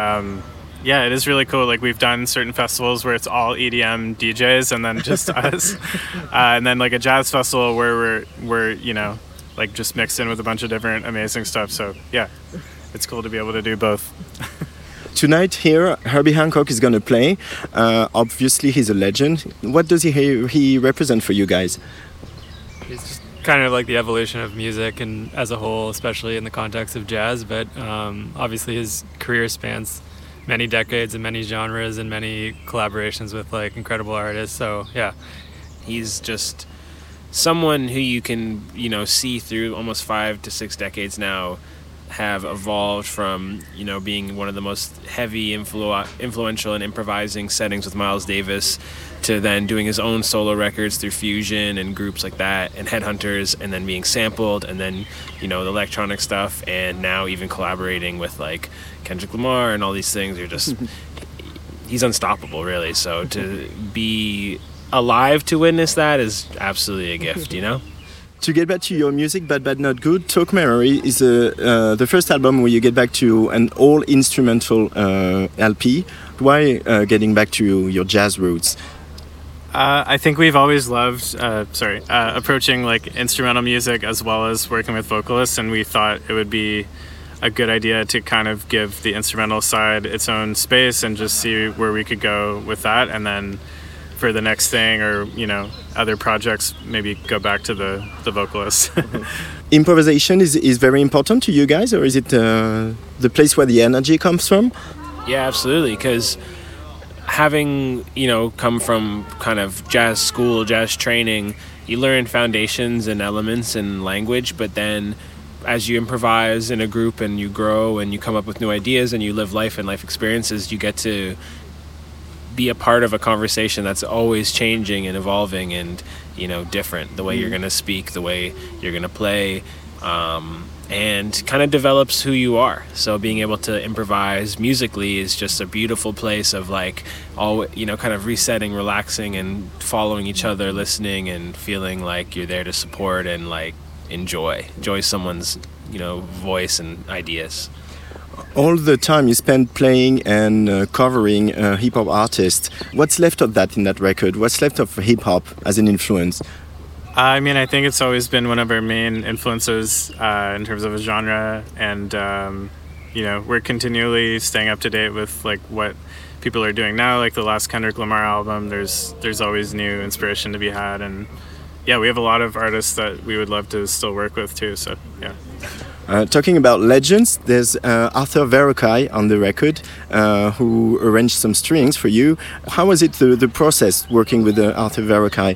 yeah, it is really cool. Like we've done certain festivals where it's all EDM DJs and then just us, and then like a jazz festival where we're you know like just mixed in with a bunch of different amazing stuff. So yeah, it's cool to be able to do both. Tonight here, Herbie Hancock is going to play. Obviously, he's a legend. What does he represent for you guys? He's just kind of like the evolution of music and as a whole, especially in the context of jazz. But obviously, his career spans many decades and many genres and many collaborations with like incredible artists. So yeah, he's just someone who you can see through almost 5 to 6 decades now. Have evolved from being one of the most heavy influential and improvising settings with Miles Davis to then doing his own solo records through Fusion and groups like that and Headhunters, and then being sampled, and then the electronic stuff, and now even collaborating with like Kendrick Lamar and all these things. You're just he's unstoppable, really. So to be alive to witness that is absolutely a gift, To get back to your music, Bad Bad Not Good, Talk Memory is the first album where you get back to an all-instrumental LP. Why getting back to your jazz roots? I think we've always loved approaching like instrumental music as well as working with vocalists, and we thought it would be a good idea to kind of give the instrumental side its own space and just see where we could go with that, and then for the next thing or other projects maybe go back to the vocalists. Improvisation is very important to you guys, or is it the place where the energy comes from? Yeah, absolutely, because having come from kind of jazz school, jazz training, you learn foundations and elements and language, but then as you improvise in a group and you grow and you come up with new ideas and you live life and life experiences, you get to be a part of a conversation that's always changing and evolving and different, the way you're going to speak, the way you're going to play, and kind of develops who you are. So being able to improvise musically is just a beautiful place of like all kind of resetting, relaxing, and following each other, listening and feeling like you're there to support and like enjoy someone's voice and ideas. All the time you spend playing and covering hip-hop artists, what's left of that in that record? What's left of hip-hop as an influence? I mean, I think it's always been one of our main influences in terms of a genre, and we're continually staying up to date with like what people are doing now. Like the last Kendrick Lamar album, there's always new inspiration to be had, and yeah, we have a lot of artists that we would love to still work with too. So yeah. Talking about legends, there's Arthur Verocai on the record who arranged some strings for you. How was it the process working with Arthur Verocai?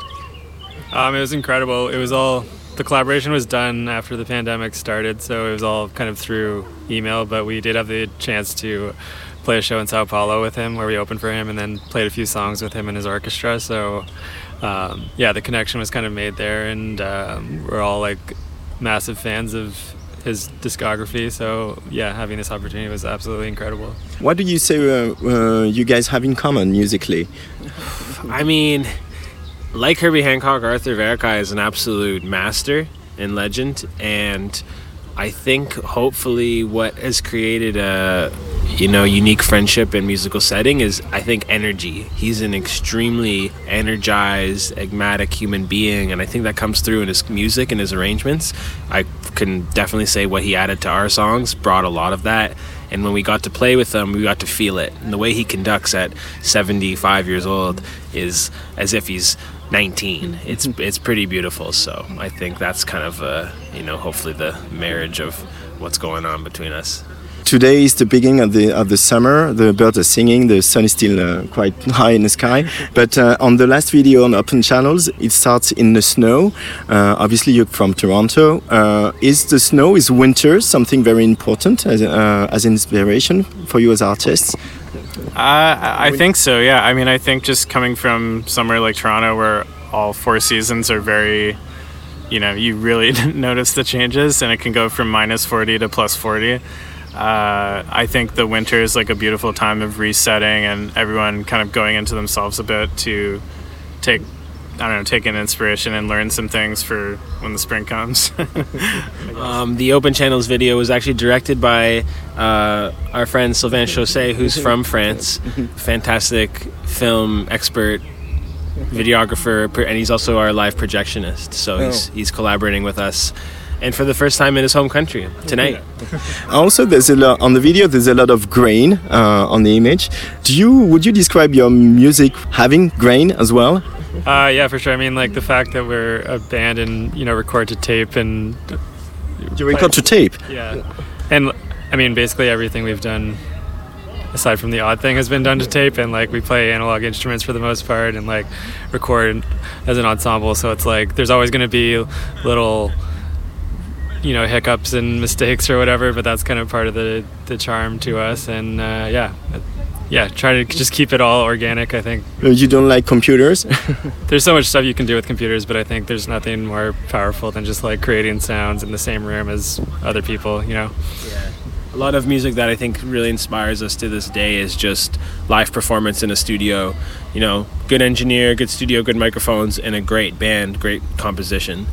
It was incredible. The collaboration was done after the pandemic started, so it was all kind of through email, but we did have the chance to play a show in Sao Paulo with him where we opened for him and then played a few songs with him and his orchestra. So the connection was kind of made there, and we're all like massive fans of his discography. So yeah, having this opportunity was absolutely incredible. What do you say you guys have in common musically? I mean, like Herbie Hancock, Arthur Verkai is an absolute master and legend, and I think hopefully what has created a unique friendship and musical setting is, I think, energy. He's an extremely energized, enigmatic human being, and I think that comes through in his music and his arrangements. I can definitely say what he added to our songs brought a lot of that, and when we got to play with him, we got to feel it. And the way he conducts at 75 years old is as if he's 19. It's pretty beautiful. So I think that's kind of hopefully the marriage of what's going on between us. Today is the beginning of the summer. The birds are singing. The sun is still quite high in the sky. But on the last video on Open Channels, it starts in the snow. Obviously, you're from Toronto. Is winter something very important as inspiration for you as artists? I think so, yeah. I mean, I think just coming from somewhere like Toronto where all 4 seasons are very, you really notice the changes, and it can go from -40 to +40. I think the winter is like a beautiful time of resetting and everyone kind of going into themselves a bit to take in inspiration and learn some things for when the spring comes. The Open Channels video was actually directed by our friend Sylvain Chausset, who's from France. Fantastic film expert, videographer, and he's also our live projectionist. So he's collaborating with us. And for the first time in his home country tonight. Also, there's a lot on the video. There's a lot of grain on the image. Would you describe your music having grain as well? Yeah, for sure. I mean, like the fact that we're a band and record to tape and you record to tape. Yeah, and I mean basically everything we've done, aside from the odd thing, has been done to tape, and like we play analog instruments for the most part and like record as an ensemble. So it's like there's always going to be little hiccups and mistakes or whatever, but that's kind of part of the charm to us. And try to just keep it all organic, I think. You don't like computers? There's so much stuff you can do with computers, but I think there's nothing more powerful than just like creating sounds in the same room as other people, Yeah. A lot of music that I think really inspires us to this day is just live performance in a studio. Good engineer, good studio, good microphones, and a great band, great composition.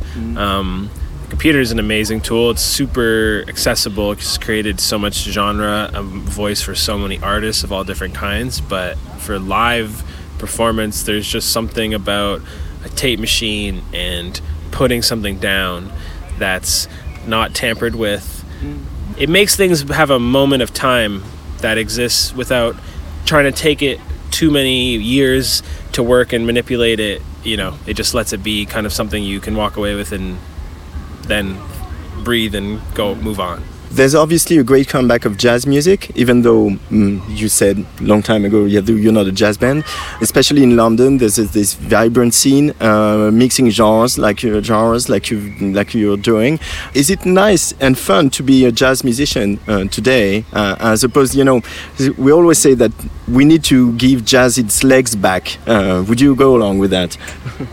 Computer is an amazing tool. It's super accessible. It's created so much genre, a voice for so many artists of all different kinds. But for live performance, there's just something about a tape machine and putting something down that's not tampered with. It makes things have a moment of time that exists without trying to take it too many years to work and manipulate it. It just lets it be kind of something you can walk away with and then breathe and move on. There's obviously a great comeback of jazz music, even though you said a long time ago you're not a jazz band. Especially in London, there's this vibrant scene, mixing genres like you're doing. Is it nice and fun to be a jazz musician today? As opposed, we always say that we need to give jazz its legs back. Would you go along with that?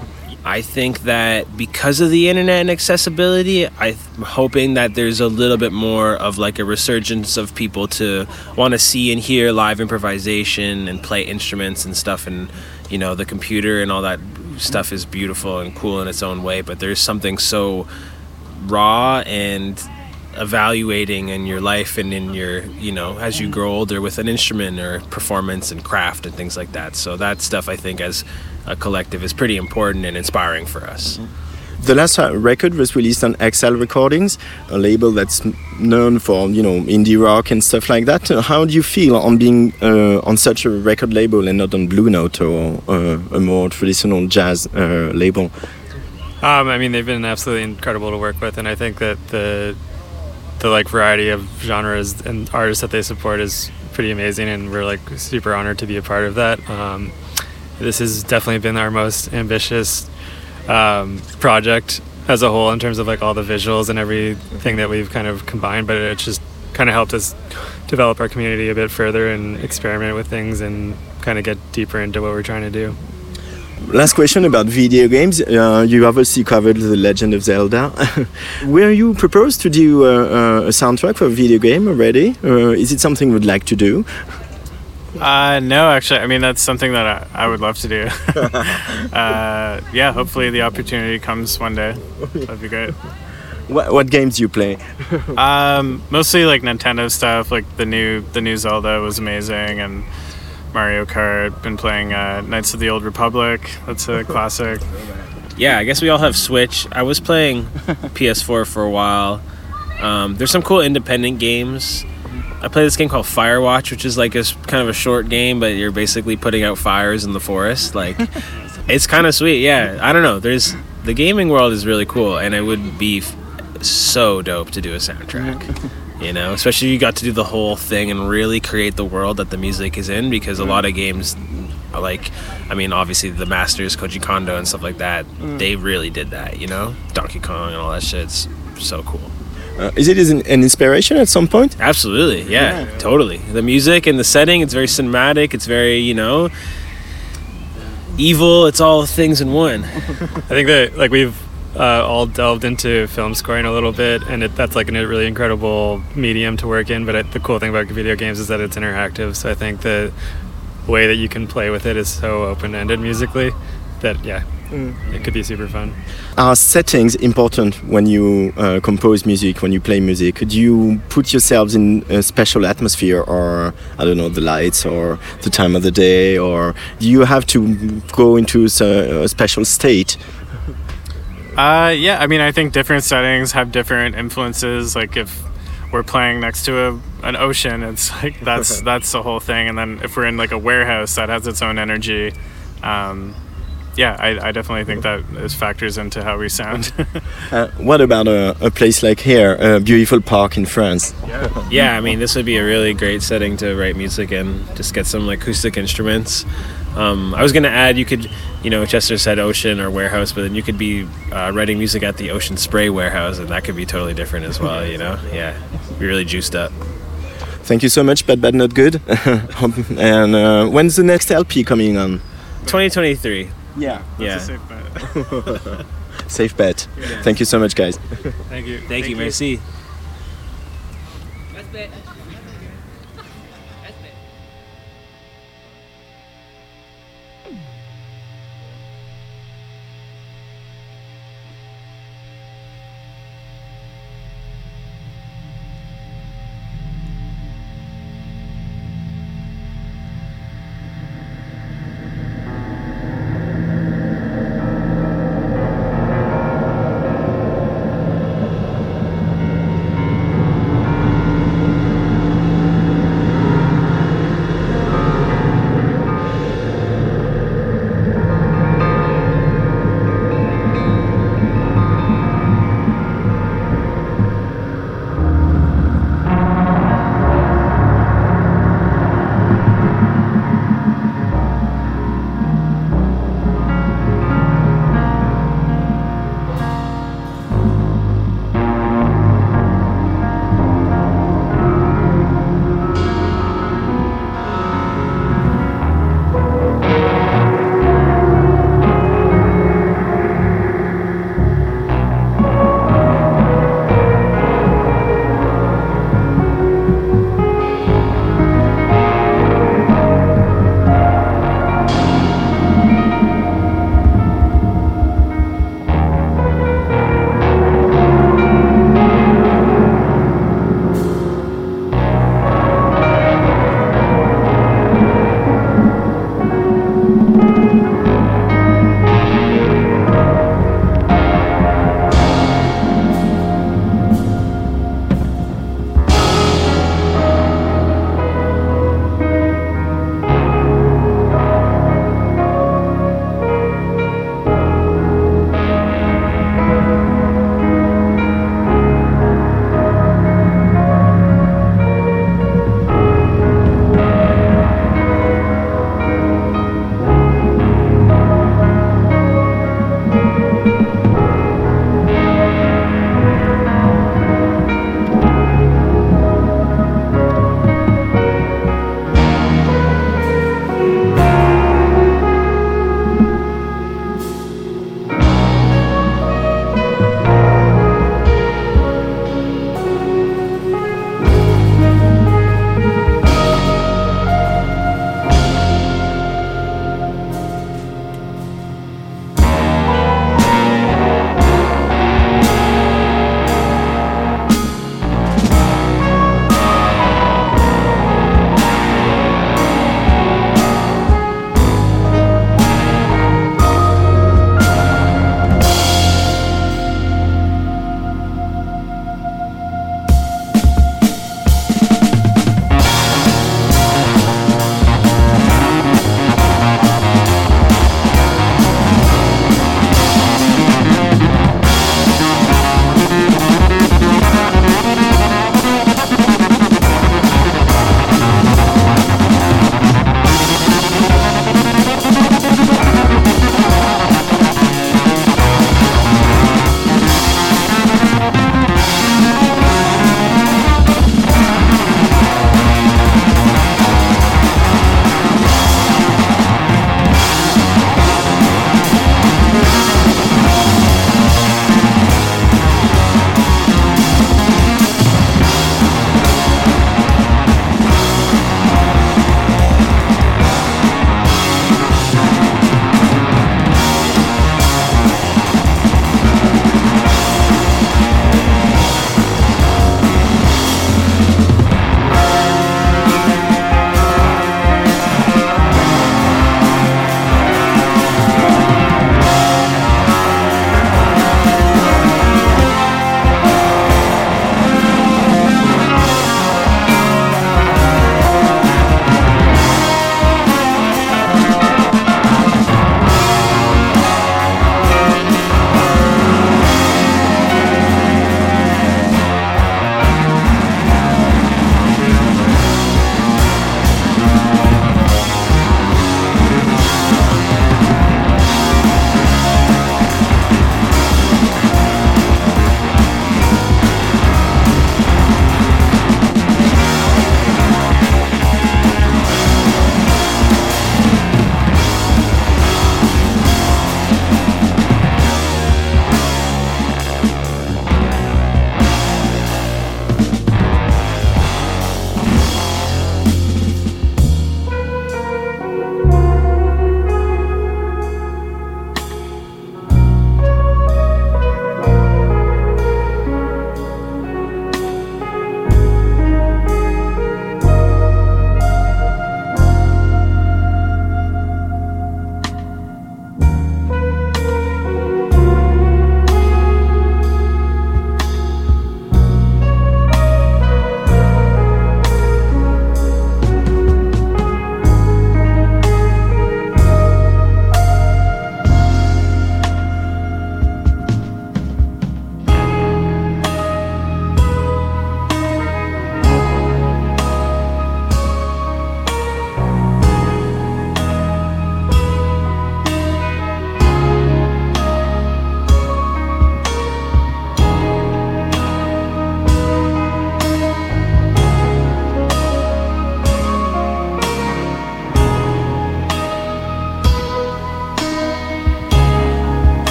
I think that because of the internet and accessibility, I'm hoping that there's a little bit more of like a resurgence of people to want to see and hear live improvisation and play instruments and stuff. And, the computer and all that stuff is beautiful and cool in its own way. But there's something so raw and evaluating in your life and in your, as you grow older with an instrument or performance and craft and things like that. So that stuff, I think, as a collective is pretty important and inspiring for us. The last record was released on XL Recordings, a label that's known for indie rock and stuff like that. How do you feel on being on such a record label and not on Blue Note or a more traditional jazz label? I mean, they've been absolutely incredible to work with, and I think that the variety of genres and artists that they support is pretty amazing, and we're like super honored to be a part of that. This has definitely been our most ambitious project as a whole in terms of like all the visuals and everything that we've kind of combined, but it's just kind of helped us develop our community a bit further and experiment with things and kind of get deeper into what we're trying to do. Last question about video games. You obviously covered The Legend of Zelda. Were you proposed to do a soundtrack for a video game already? Is it something you would like to do? No, actually. I mean, that's something that I would love to do. Yeah, hopefully the opportunity comes one day. That'd be great. What games do you play? Mostly like Nintendo stuff. Like the new Zelda was amazing, and Mario Kart. Been playing Knights of the Old Republic. That's a classic. Yeah, I guess we all have Switch. I was playing PS4 for a while. There's some cool independent games. I play this game called Firewatch, which is like kind of a short game, but you're basically putting out fires in the forest. Like, it's kind of sweet. Yeah, I don't know. The gaming world is really cool, and it would be so dope to do a soundtrack. You know, especially you got to do the whole thing and really create the world that the music is in, because a lot of games, like, I mean, obviously the masters, Koji Kondo and stuff like that, they really did that, you know? Donkey Kong and all that shit's so cool. Is it an inspiration at some point? Absolutely, yeah, totally. The music and the setting, it's very cinematic, it's very, you know, evil, it's all things in one. I think that, like, we've all delved into film scoring a little bit, and that's like a really incredible medium to work in, but the cool thing about video games is that it's interactive, so I think the way that you can play with it is so open-ended musically that, yeah, it could be super fun. Are settings important when you compose music, when you play music? Do you put yourselves in a special atmosphere, or, I don't know, the lights or the time of the day, or do you have to go into a special state? Yeah, I mean, I think different settings have different influences. Like if we're playing next to an ocean, it's like that's the whole thing. And then if we're in like a warehouse, that has its own energy. Yeah, I definitely think that factors into how we sound. What about a place like here, a beautiful park in France? Yeah, I mean, this would be a really great setting to write music in. Just get some like acoustic instruments. I was going to add, you could, you know, Chester said ocean or warehouse, but then you could be writing music at the Ocean Spray warehouse, and that could be totally different as well, you know? Yeah, be really juiced up. Thank you so much, Bad Bad Not Good. And when's the next LP coming on? 2023. Yeah. That's a safe bet. Safe bet. Yeah. Thank you so much, guys. Thank you. Thank you, merci.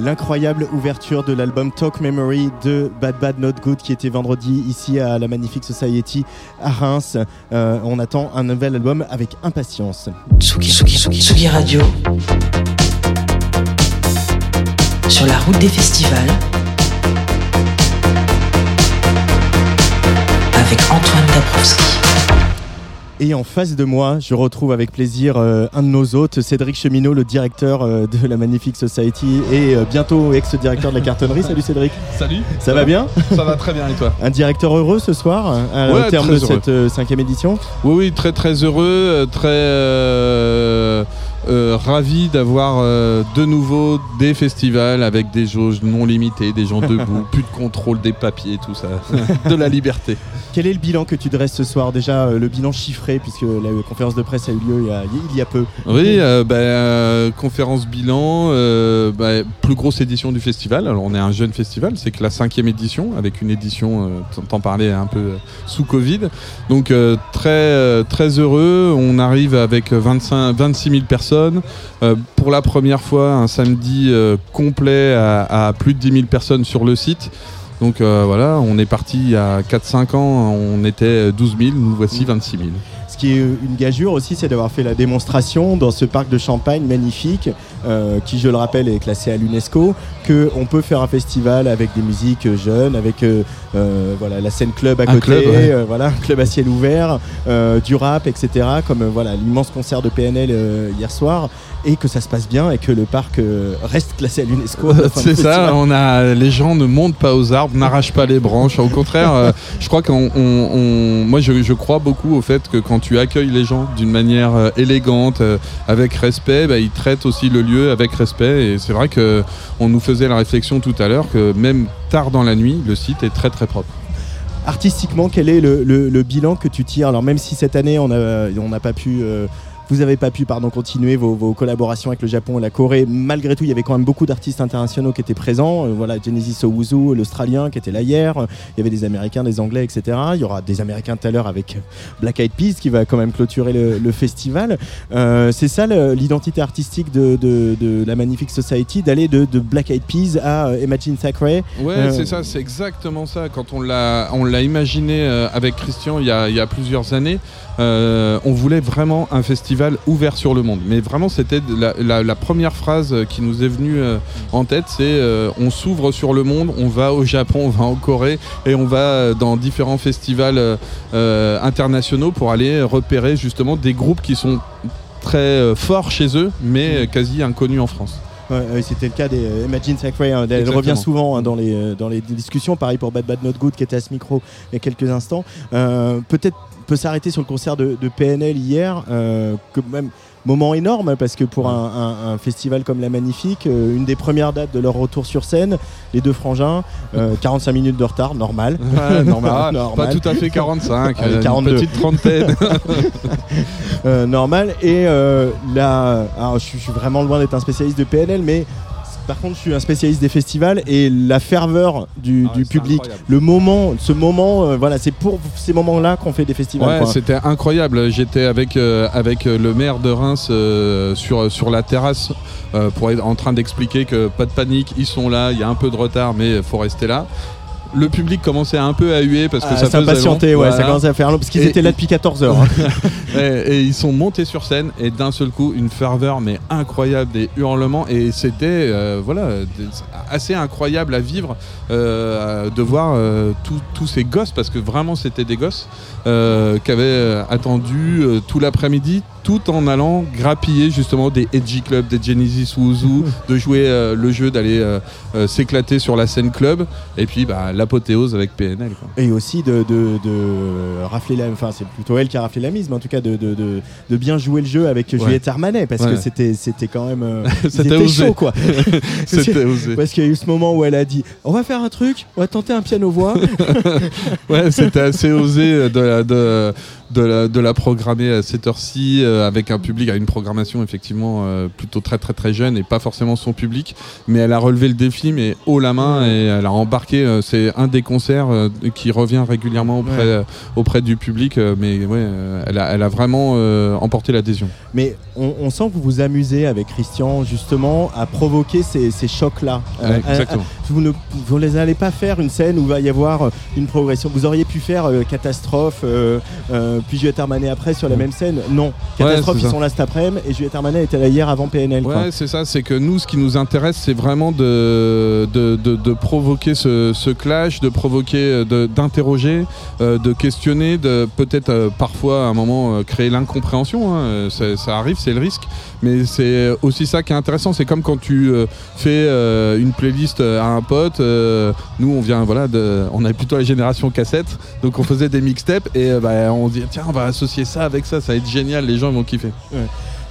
L'incroyable ouverture de l'album Talk Memory de Bad Bad Not Good qui était vendredi ici à la Magnifique Society à Reims. On attend un nouvel album avec impatience. Tsugi Radio. Sur la route des festivals. Avec Antoine Dabrowski. Et en face de moi, je retrouve avec plaisir un de nos hôtes, Cédric Cheminot, le directeur de la Magnifique Society et bientôt ex-directeur de la cartonnerie. Salut Cédric. Salut. Ça va bien ? Ça va très bien et toi ? Un directeur heureux ce soir au terme de cette 5e édition ? Oui, très très heureux, ravi d'avoir de nouveau des festivals avec des jauges non limitées, des gens debout, plus de contrôle des papiers, tout ça, de la liberté. Quel est le bilan que tu dresses ce soir ? Déjà, le bilan chiffré, puisque la conférence de presse a eu lieu il y a peu. Oui, conférence bilan, plus grosse édition du festival. Alors, on est un jeune festival, c'est que la 5e édition, avec une édition, t'en parlais un peu sous Covid. Donc, très, très heureux. On arrive avec 26 000 personnes. Pour la première fois, un samedi complet à plus de 10 000 personnes sur le site. Donc voilà, on est parti il y a 4-5 ans, on était 12 000, nous voici 26 000. Ce qui est une gageure aussi, c'est d'avoir fait la démonstration dans ce parc de Champagne magnifique, qui, je le rappelle, est classé à l'UNESCO, qu'on peut faire un festival avec des musiques jeunes, avec la scène club à côté, un club à ciel ouvert, du rap, etc. Comme l'immense concert de PNL hier soir. Et que ça se passe bien et que le parc reste classé à l'UNESCO. C'est ça, les gens ne montent pas aux arbres, n'arrachent pas les branches. Au contraire, je crois moi je crois beaucoup au fait que quand tu accueilles les gens d'une manière élégante, avec respect, ils traitent aussi le lieu avec respect. Et c'est vrai qu'on nous faisait la réflexion tout à l'heure que même tard dans la nuit, le site est très très propre. Artistiquement, quel est le bilan que tu tires ? Alors même si cette année on n'a pas pu... Vous n'avez pas pu continuer vos collaborations avec le Japon et la Corée. Malgré tout, il y avait quand même beaucoup d'artistes internationaux qui étaient présents. Genesis Owuzu, l'Australien qui était là hier. Il y avait des Américains, des Anglais, etc. Il y aura des Américains tout à l'heure avec Black Eyed Peas qui va quand même clôturer le festival. C'est ça l'identité artistique de la Magnifique Society, d'aller de Black Eyed Peas à Imagine Thackeray. Ouais, c'est ça, c'est exactement ça. Quand on l'a imaginé avec Christian il y a plusieurs années, on voulait vraiment un festival ouvert sur le monde, mais vraiment c'était la première phrase qui nous est venue en tête, c'est on s'ouvre sur le monde, on va au Japon, on va en Corée et on va dans différents festivals internationaux pour aller repérer justement des groupes qui sont très forts chez eux mais quasi inconnus en France. Ouais, c'était le cas des Imagine Thackeray, elle revient souvent dans les discussions, pareil pour Bad Bad Not Good qui était à ce micro il y a quelques instants. Peut-être peut s'arrêter sur le concert de PNL hier, que même moment énorme parce que pour un festival comme la Magnifique, une des premières dates de leur retour sur scène, les deux frangins, 45 minutes de retard, normal. Ouais, normal. Pas tout à fait 45, 42. Une petite trentaine. Normal. Et là, alors, je suis vraiment loin d'être un spécialiste de PNL, mais par contre, je suis un spécialiste des festivals et la ferveur du public, ce moment, c'est pour ces moments-là qu'on fait des festivals. Ouais, c'était incroyable. J'étais avec le maire de Reims sur la terrasse pour être en train d'expliquer que pas de panique, ils sont là, il y a un peu de retard, mais il faut rester là. Le public commençait un peu à huer parce que ça s'impatientait, ça commençait à faire long parce qu'ils étaient là depuis 14 heures. Et ils sont montés sur scène et d'un seul coup une ferveur mais incroyable, des hurlements et c'était assez incroyable à vivre de voir tous ces gosses, parce que vraiment c'était des gosses qui avaient attendu tout l'après-midi, tout en allant grappiller justement des Edgy Club, des Genesis Owuzu, de jouer le jeu, d'aller s'éclater sur la scène club, et puis l'apothéose avec PNL, quoi. Et aussi de rafler c'est plutôt elle qui a raflé la mise, mais en tout cas de bien jouer le jeu avec Juliette Armanet, parce que c'était quand même c'était chaud, quoi. C'était osé. Parce qu'il y a eu ce moment où elle a dit on va faire un truc, on va tenter un piano-voix. Ouais, c'était assez osé de la programmer à cette heure-ci avec un public, à une programmation effectivement plutôt très très très jeune et pas forcément son public, mais elle a relevé le défi mais haut la main et elle a embarqué. C'est c'est un des concerts qui revient régulièrement auprès du public, mais ouais, elle a vraiment emporté l'adhésion. Mais on sent que vous vous amusez avec Christian justement à provoquer ces chocs-là. Exactement. Vous ne les allez pas faire une scène où il va y avoir une progression. Vous auriez pu faire Catastrophe, puis Juliette Armanet après sur la même scène. Non, Catastrophe, ils sont là cet après-midi et Juliette Armanet était là hier avant PNL. Ouais, c'est ça, c'est que nous, ce qui nous intéresse, c'est vraiment de provoquer ce clash, de provoquer, d'interroger, de questionner, de peut-être parfois à un moment créer l'incompréhension. Hein. Ça arrive, c'est le risque. Mais c'est aussi ça qui est intéressant. C'est comme quand tu fais une playlist à un pote. Nous, on vient, on avait plutôt la génération cassette. Donc on faisait des mixtapes et on dit tiens, on va associer ça avec ça. Ça va être génial. Les gens vont kiffer. Ouais.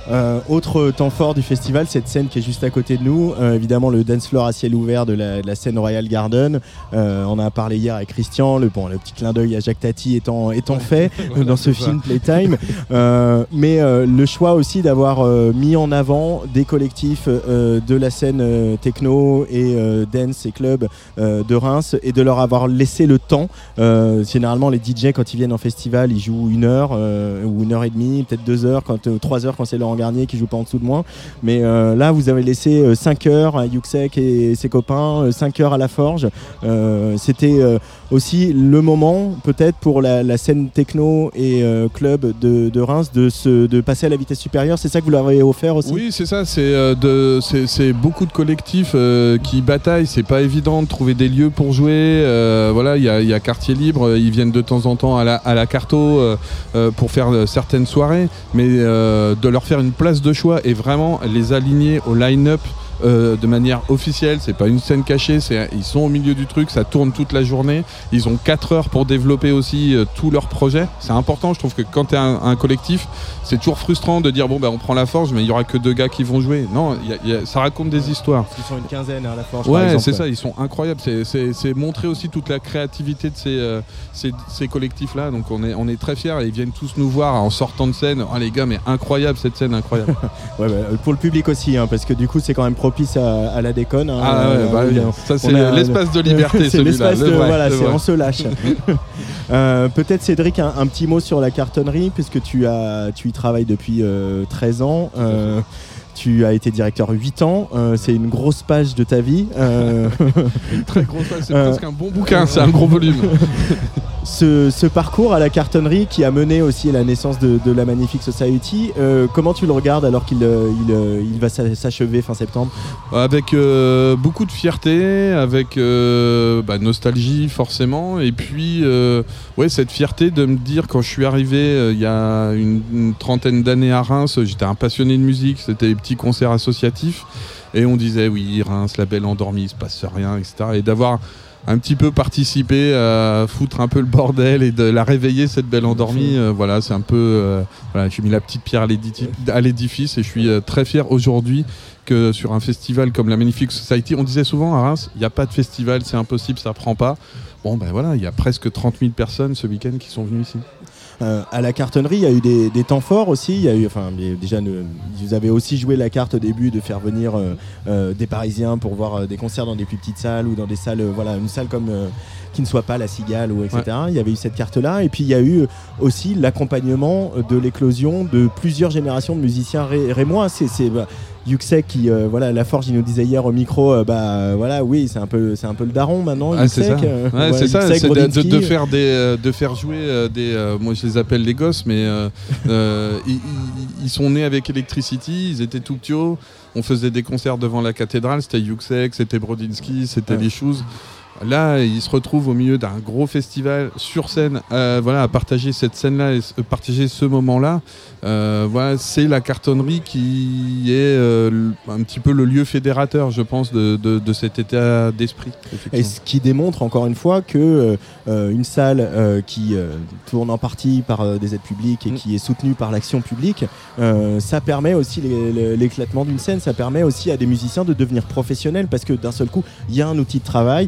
Autre temps fort du festival, cette scène qui est juste à côté de nous, évidemment le dance floor à ciel ouvert de la scène Royal Garden. On a parlé hier avec Christian, le petit clin d'œil à Jacques Tati étant fait dans ce film Playtime. Mais le choix aussi d'avoir mis en avant des collectifs de la scène techno et dance et club de Reims et de leur avoir laissé le temps. Généralement les DJ quand ils viennent en festival ils jouent 1 heure ou 1 heure et demie, peut-être 2 heures, 3 heures quand c'est Laurent Garnier qui joue pas en dessous de moi. Mais là vous avez laissé 5 heures à Yuxek et ses copains, 5 heures à La Forge. C'était aussi le moment peut-être pour la scène techno et club de Reims de passer à la vitesse supérieure. C'est ça que vous leur avez offert aussi? Oui, c'est ça, c'est beaucoup de collectifs qui bataillent. C'est pas évident de trouver des lieux pour jouer. Il y a Quartier Libre, ils viennent de temps en temps à la Carto pour faire certaines soirées, mais de leur faire une place de choix et vraiment les aligner au line-up de manière officielle, c'est pas une scène cachée, ils sont au milieu du truc, ça tourne toute la journée, ils ont 4 heures pour développer aussi tous leurs projets. C'est important, je trouve que quand t'es un collectif, c'est toujours frustrant de dire on prend La Forge mais il y aura que 2 gars qui vont jouer. Non, ça raconte des histoires. Ils sont une quinzaine à La Forge. Ouais, par exemple, c'est ça, ils sont incroyables. C'est montrer aussi toute la créativité de ces collectifs-là. Donc on est très fiers et ils viennent tous nous voir en sortant de scène. Oh les gars, mais incroyable cette scène, incroyable. Ouais, pour le public aussi, parce que du coup c'est quand même propice à la déconne. Ça c'est l'espace de liberté, c'est celui-là. On se lâche. Peut-être Cédric, un petit mot sur la cartonnerie, puisque tu y travailles depuis 13 ans. Tu as été directeur 8 ans, c'est une grosse page de ta vie. Une très grosse page, c'est presque un bon bouquin, c'est un gros volume. Ce parcours à la cartonnerie qui a mené aussi à la naissance de la Magnifique Society, comment tu le regardes alors qu'il va s'achever fin septembre? Avec beaucoup de fierté, avec nostalgie forcément, et puis cette fierté de me dire quand je suis arrivé il y a une trentaine d'années à Reims, j'étais un passionné de musique, c'était des petits concerts associatifs, et on disait oui Reims, la belle endormie, il se passe rien, etc. Et d'avoir un petit peu participé à foutre un peu le bordel et de la réveiller cette belle endormie, c'est un peu j'ai mis la petite pierre à l'édifice et je suis très fier aujourd'hui que sur un festival comme la Magnifique Society, on disait souvent à Reims, il n'y a pas de festival, c'est impossible, ça prend pas. Il y a presque 30 000 personnes ce week-end qui sont venues ici. À la cartonnerie, il y a eu des temps forts aussi. Il y a eu, déjà, vous avez aussi joué la carte au début de faire venir des Parisiens pour voir des concerts dans des plus petites salles ou dans des salles, une salle comme qui ne soit pas la Cigale ou etc. Ouais. Il y avait eu cette carte-là, et puis il y a eu aussi l'accompagnement de l'éclosion de plusieurs générations de musiciens rémois. Yuxek qui La Forge, il nous disait hier au micro oui, c'est un peu le daron maintenant. Yuxek, c'est ça, c'est de faire jouer moi je les appelle les gosses, mais ils sont nés avec Electricity, ils étaient tout petits, on faisait des concerts devant la cathédrale, c'était Yuxek, c'était Brodinski, c'était les Shoes. Là, ils se retrouvent au milieu d'un gros festival sur scène, à partager cette scène-là et partager ce moment-là. C'est la cartonnerie qui est un petit peu le lieu fédérateur, je pense, de cet état d'esprit. Et ce qui démontre encore une fois que une salle qui tourne en partie par des aides publiques et qui est soutenue par l'action publique, ça permet aussi l'éclatement d'une scène, ça permet aussi à des musiciens de devenir professionnels, parce que d'un seul coup, il y a un outil de travail, il y a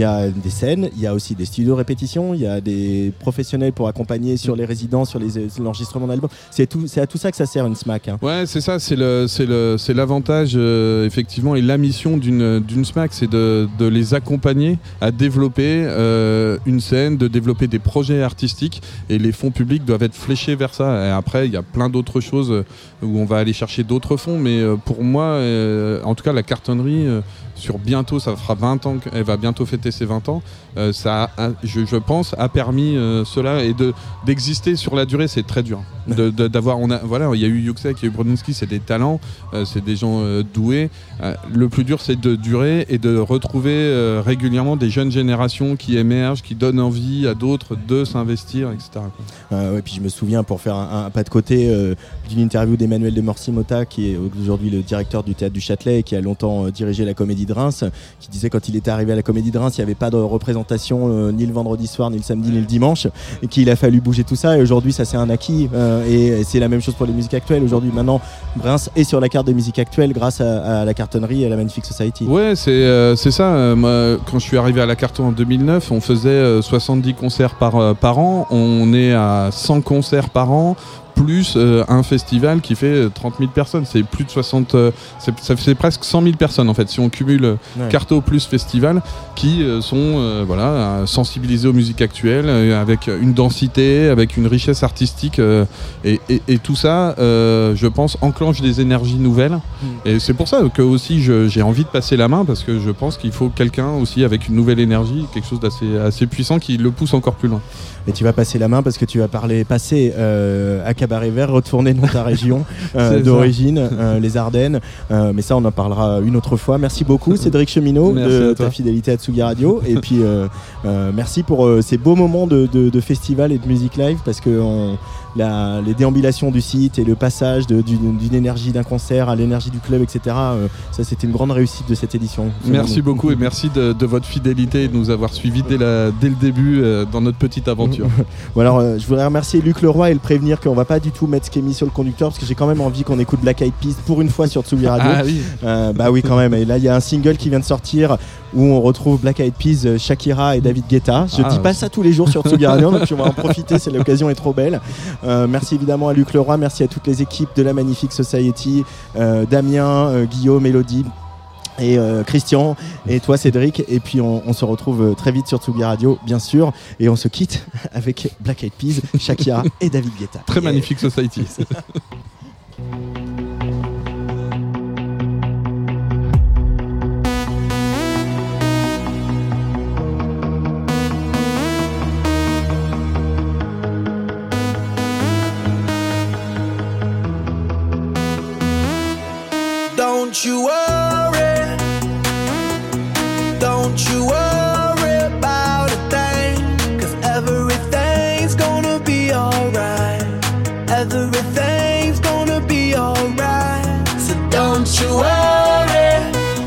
a des scènes, il y a aussi des studios de répétition, il y a des professionnels pour accompagner sur les résidents, sur l'enregistrement d'albums. C'est à tout ça que ça sert une SMAC. Hein. Ouais, c'est ça, c'est l'avantage effectivement et la mission d'une SMAC, c'est de les accompagner à développer une scène, de développer des projets artistiques, et les fonds publics doivent être fléchés vers ça. Et après, il y a plein d'autres choses où on va aller chercher d'autres fonds, mais pour moi, en tout cas, la cartonnerie, sur bientôt, ça fera 20 ans, elle va bientôt fêter ses 20 ans, ça je pense, a permis cela, et d'exister sur la durée, c'est très dur. D'avoir, il y a eu Yuxek, il y a eu Brodinski, c'est des talents, c'est des gens doués. Le plus dur, c'est de durer et de retrouver régulièrement des jeunes générations qui émergent, qui donnent envie à d'autres de s'investir, etc. Ouais, puis je me souviens, pour faire un pas de côté, d'une interview d'Emmanuel de Morcimota, qui est aujourd'hui le directeur du Théâtre du Châtelet et qui a longtemps dirigé la Comédie de Reims, qui disait quand il était arrivé à la Comédie de Reims, il n'y avait pas de représentation ni le vendredi soir, ni le samedi, ni le dimanche, et qu'il a fallu bouger tout ça, et aujourd'hui ça c'est un acquis, et c'est la même chose pour les musiques actuelles. Aujourd'hui, maintenant, Reims est sur la carte des musiques actuelles grâce à la cartonnerie et à la Magnifique Society. Ouais, c'est ça. Moi, quand je suis arrivé à la Carton en 2009, on faisait 70 concerts par an, on est à 100 concerts par an, plus un festival qui fait 30 000 personnes. C'est plus de 60... ça fait presque 100 000 personnes en fait, si on cumule Carto plus festival, qui sont sensibilisés aux musiques actuelles, avec une densité, avec une richesse artistique, et tout ça, je pense, enclenche des énergies nouvelles. Et c'est pour ça que aussi j'ai envie de passer la main, parce que je pense qu'il faut quelqu'un aussi avec une nouvelle énergie, quelque chose d'assez puissant qui le pousse encore plus loin. Et tu vas passer la main parce que tu vas passer à Cabaret Vert, retourner dans ta région d'origine, les Ardennes. Mais ça, on en parlera une autre fois. Merci beaucoup, Cédric Cheminot, de ta fidélité à Tsugi Radio. Et puis, merci pour ces beaux moments de festival et de musique live, parce que les déambulations du site et le passage d'une énergie d'un concert à l'énergie du club, etc. Ça, c'était une grande réussite de cette édition. Merci beaucoup, et merci de votre fidélité et de nous avoir suivis dès le début dans notre petite aventure. Bon, alors, je voudrais remercier Luc Leroy et le prévenir qu'on va pas du tout mettre ce qui est mis sur le conducteur, parce que j'ai quand même envie qu'on écoute Black Eyed Peas pour une fois sur Tsugi Radio. Ah oui. Bah oui, quand même. Et là, il y a un single qui vient de sortir où on retrouve Black Eyed Peas, Shakira et David Guetta. Je dis pas ça tous les jours sur Tsugi Radio, donc on va en profiter, l'occasion est trop belle. Merci évidemment à Luc Leroy, merci à toutes les équipes de la Magnifique Society, Damien, Guillaume, Elodie et Christian, et toi Cédric, et puis on se retrouve très vite sur Tsugi Radio, bien sûr, et on se quitte avec Black Eyed Peas, Shakira et David Guetta. Très Magnifique Society. Don't you worry, don't you worry about a thing, 'cause everything's gonna be alright, everything's gonna be alright. So don't you worry,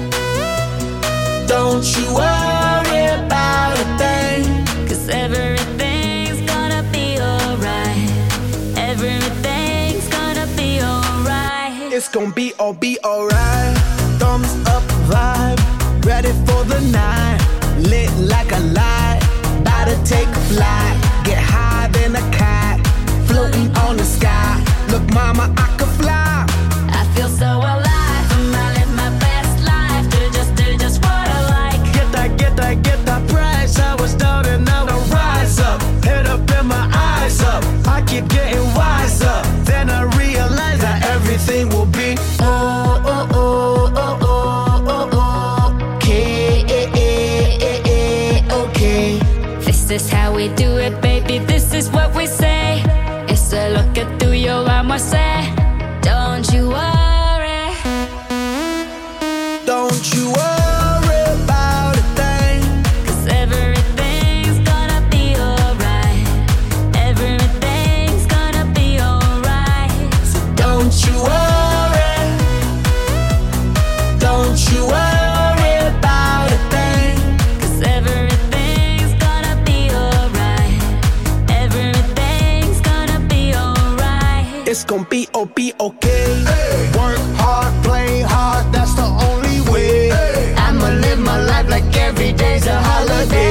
don't you worry about a thing, 'cause everything's gonna be alright, everything's gonna be alright. It's gonna be alright. Thumbs up vibe, ready for the night, lit like a light, about to take a flight, get higher than a cat, floating on the sky. Look mama, I could fly, I feel so alive, I live my best life, do just what I like. Get that price, I was down and now I rise up, head up and my eyes up, I keep getting wiser, then I realize that everything will be okay. This is how we do it, baby, this is what we say. It's a look at through your arm, I say. Don't you worry, don't you worry about a thing, 'cause everything's gonna be alright, everything's gonna be alright. So don't you worry, don't you worry about a thing, 'cause everything's gonna be alright, everything's gonna be alright. It's gonna be okay. Hey. Work hard, play hard, that's the only way. Hey. I'ma live my life like every day's a holiday.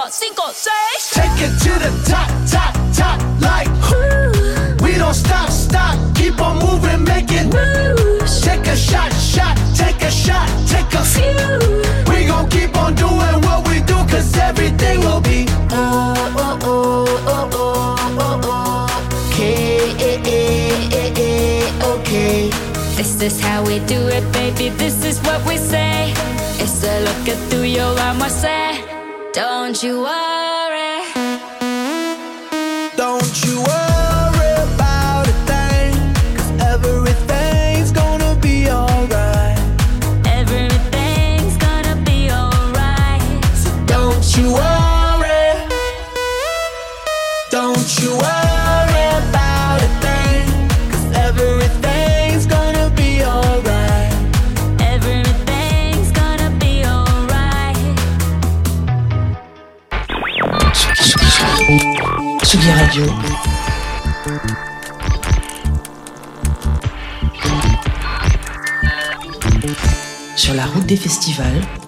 5, 6. Take it to the top, top, top, like we don't stop, stop, keep on moving, making moves. Take a shot, shot, take a shot, take a few. We gon' keep on doing what we do, cause everything will be okay. This is how we do it, baby, this is what we say. It's a look at through your arm, I say. Don't you worry. Don't you worry about a thing, cause everything's gonna be alright. Everything's gonna be alright. So don't you worry. Don't you worry about a thing, cause everything's gonna be alright. Everything's gonna be alright. Tsugi Radio. Sur la route des festivals.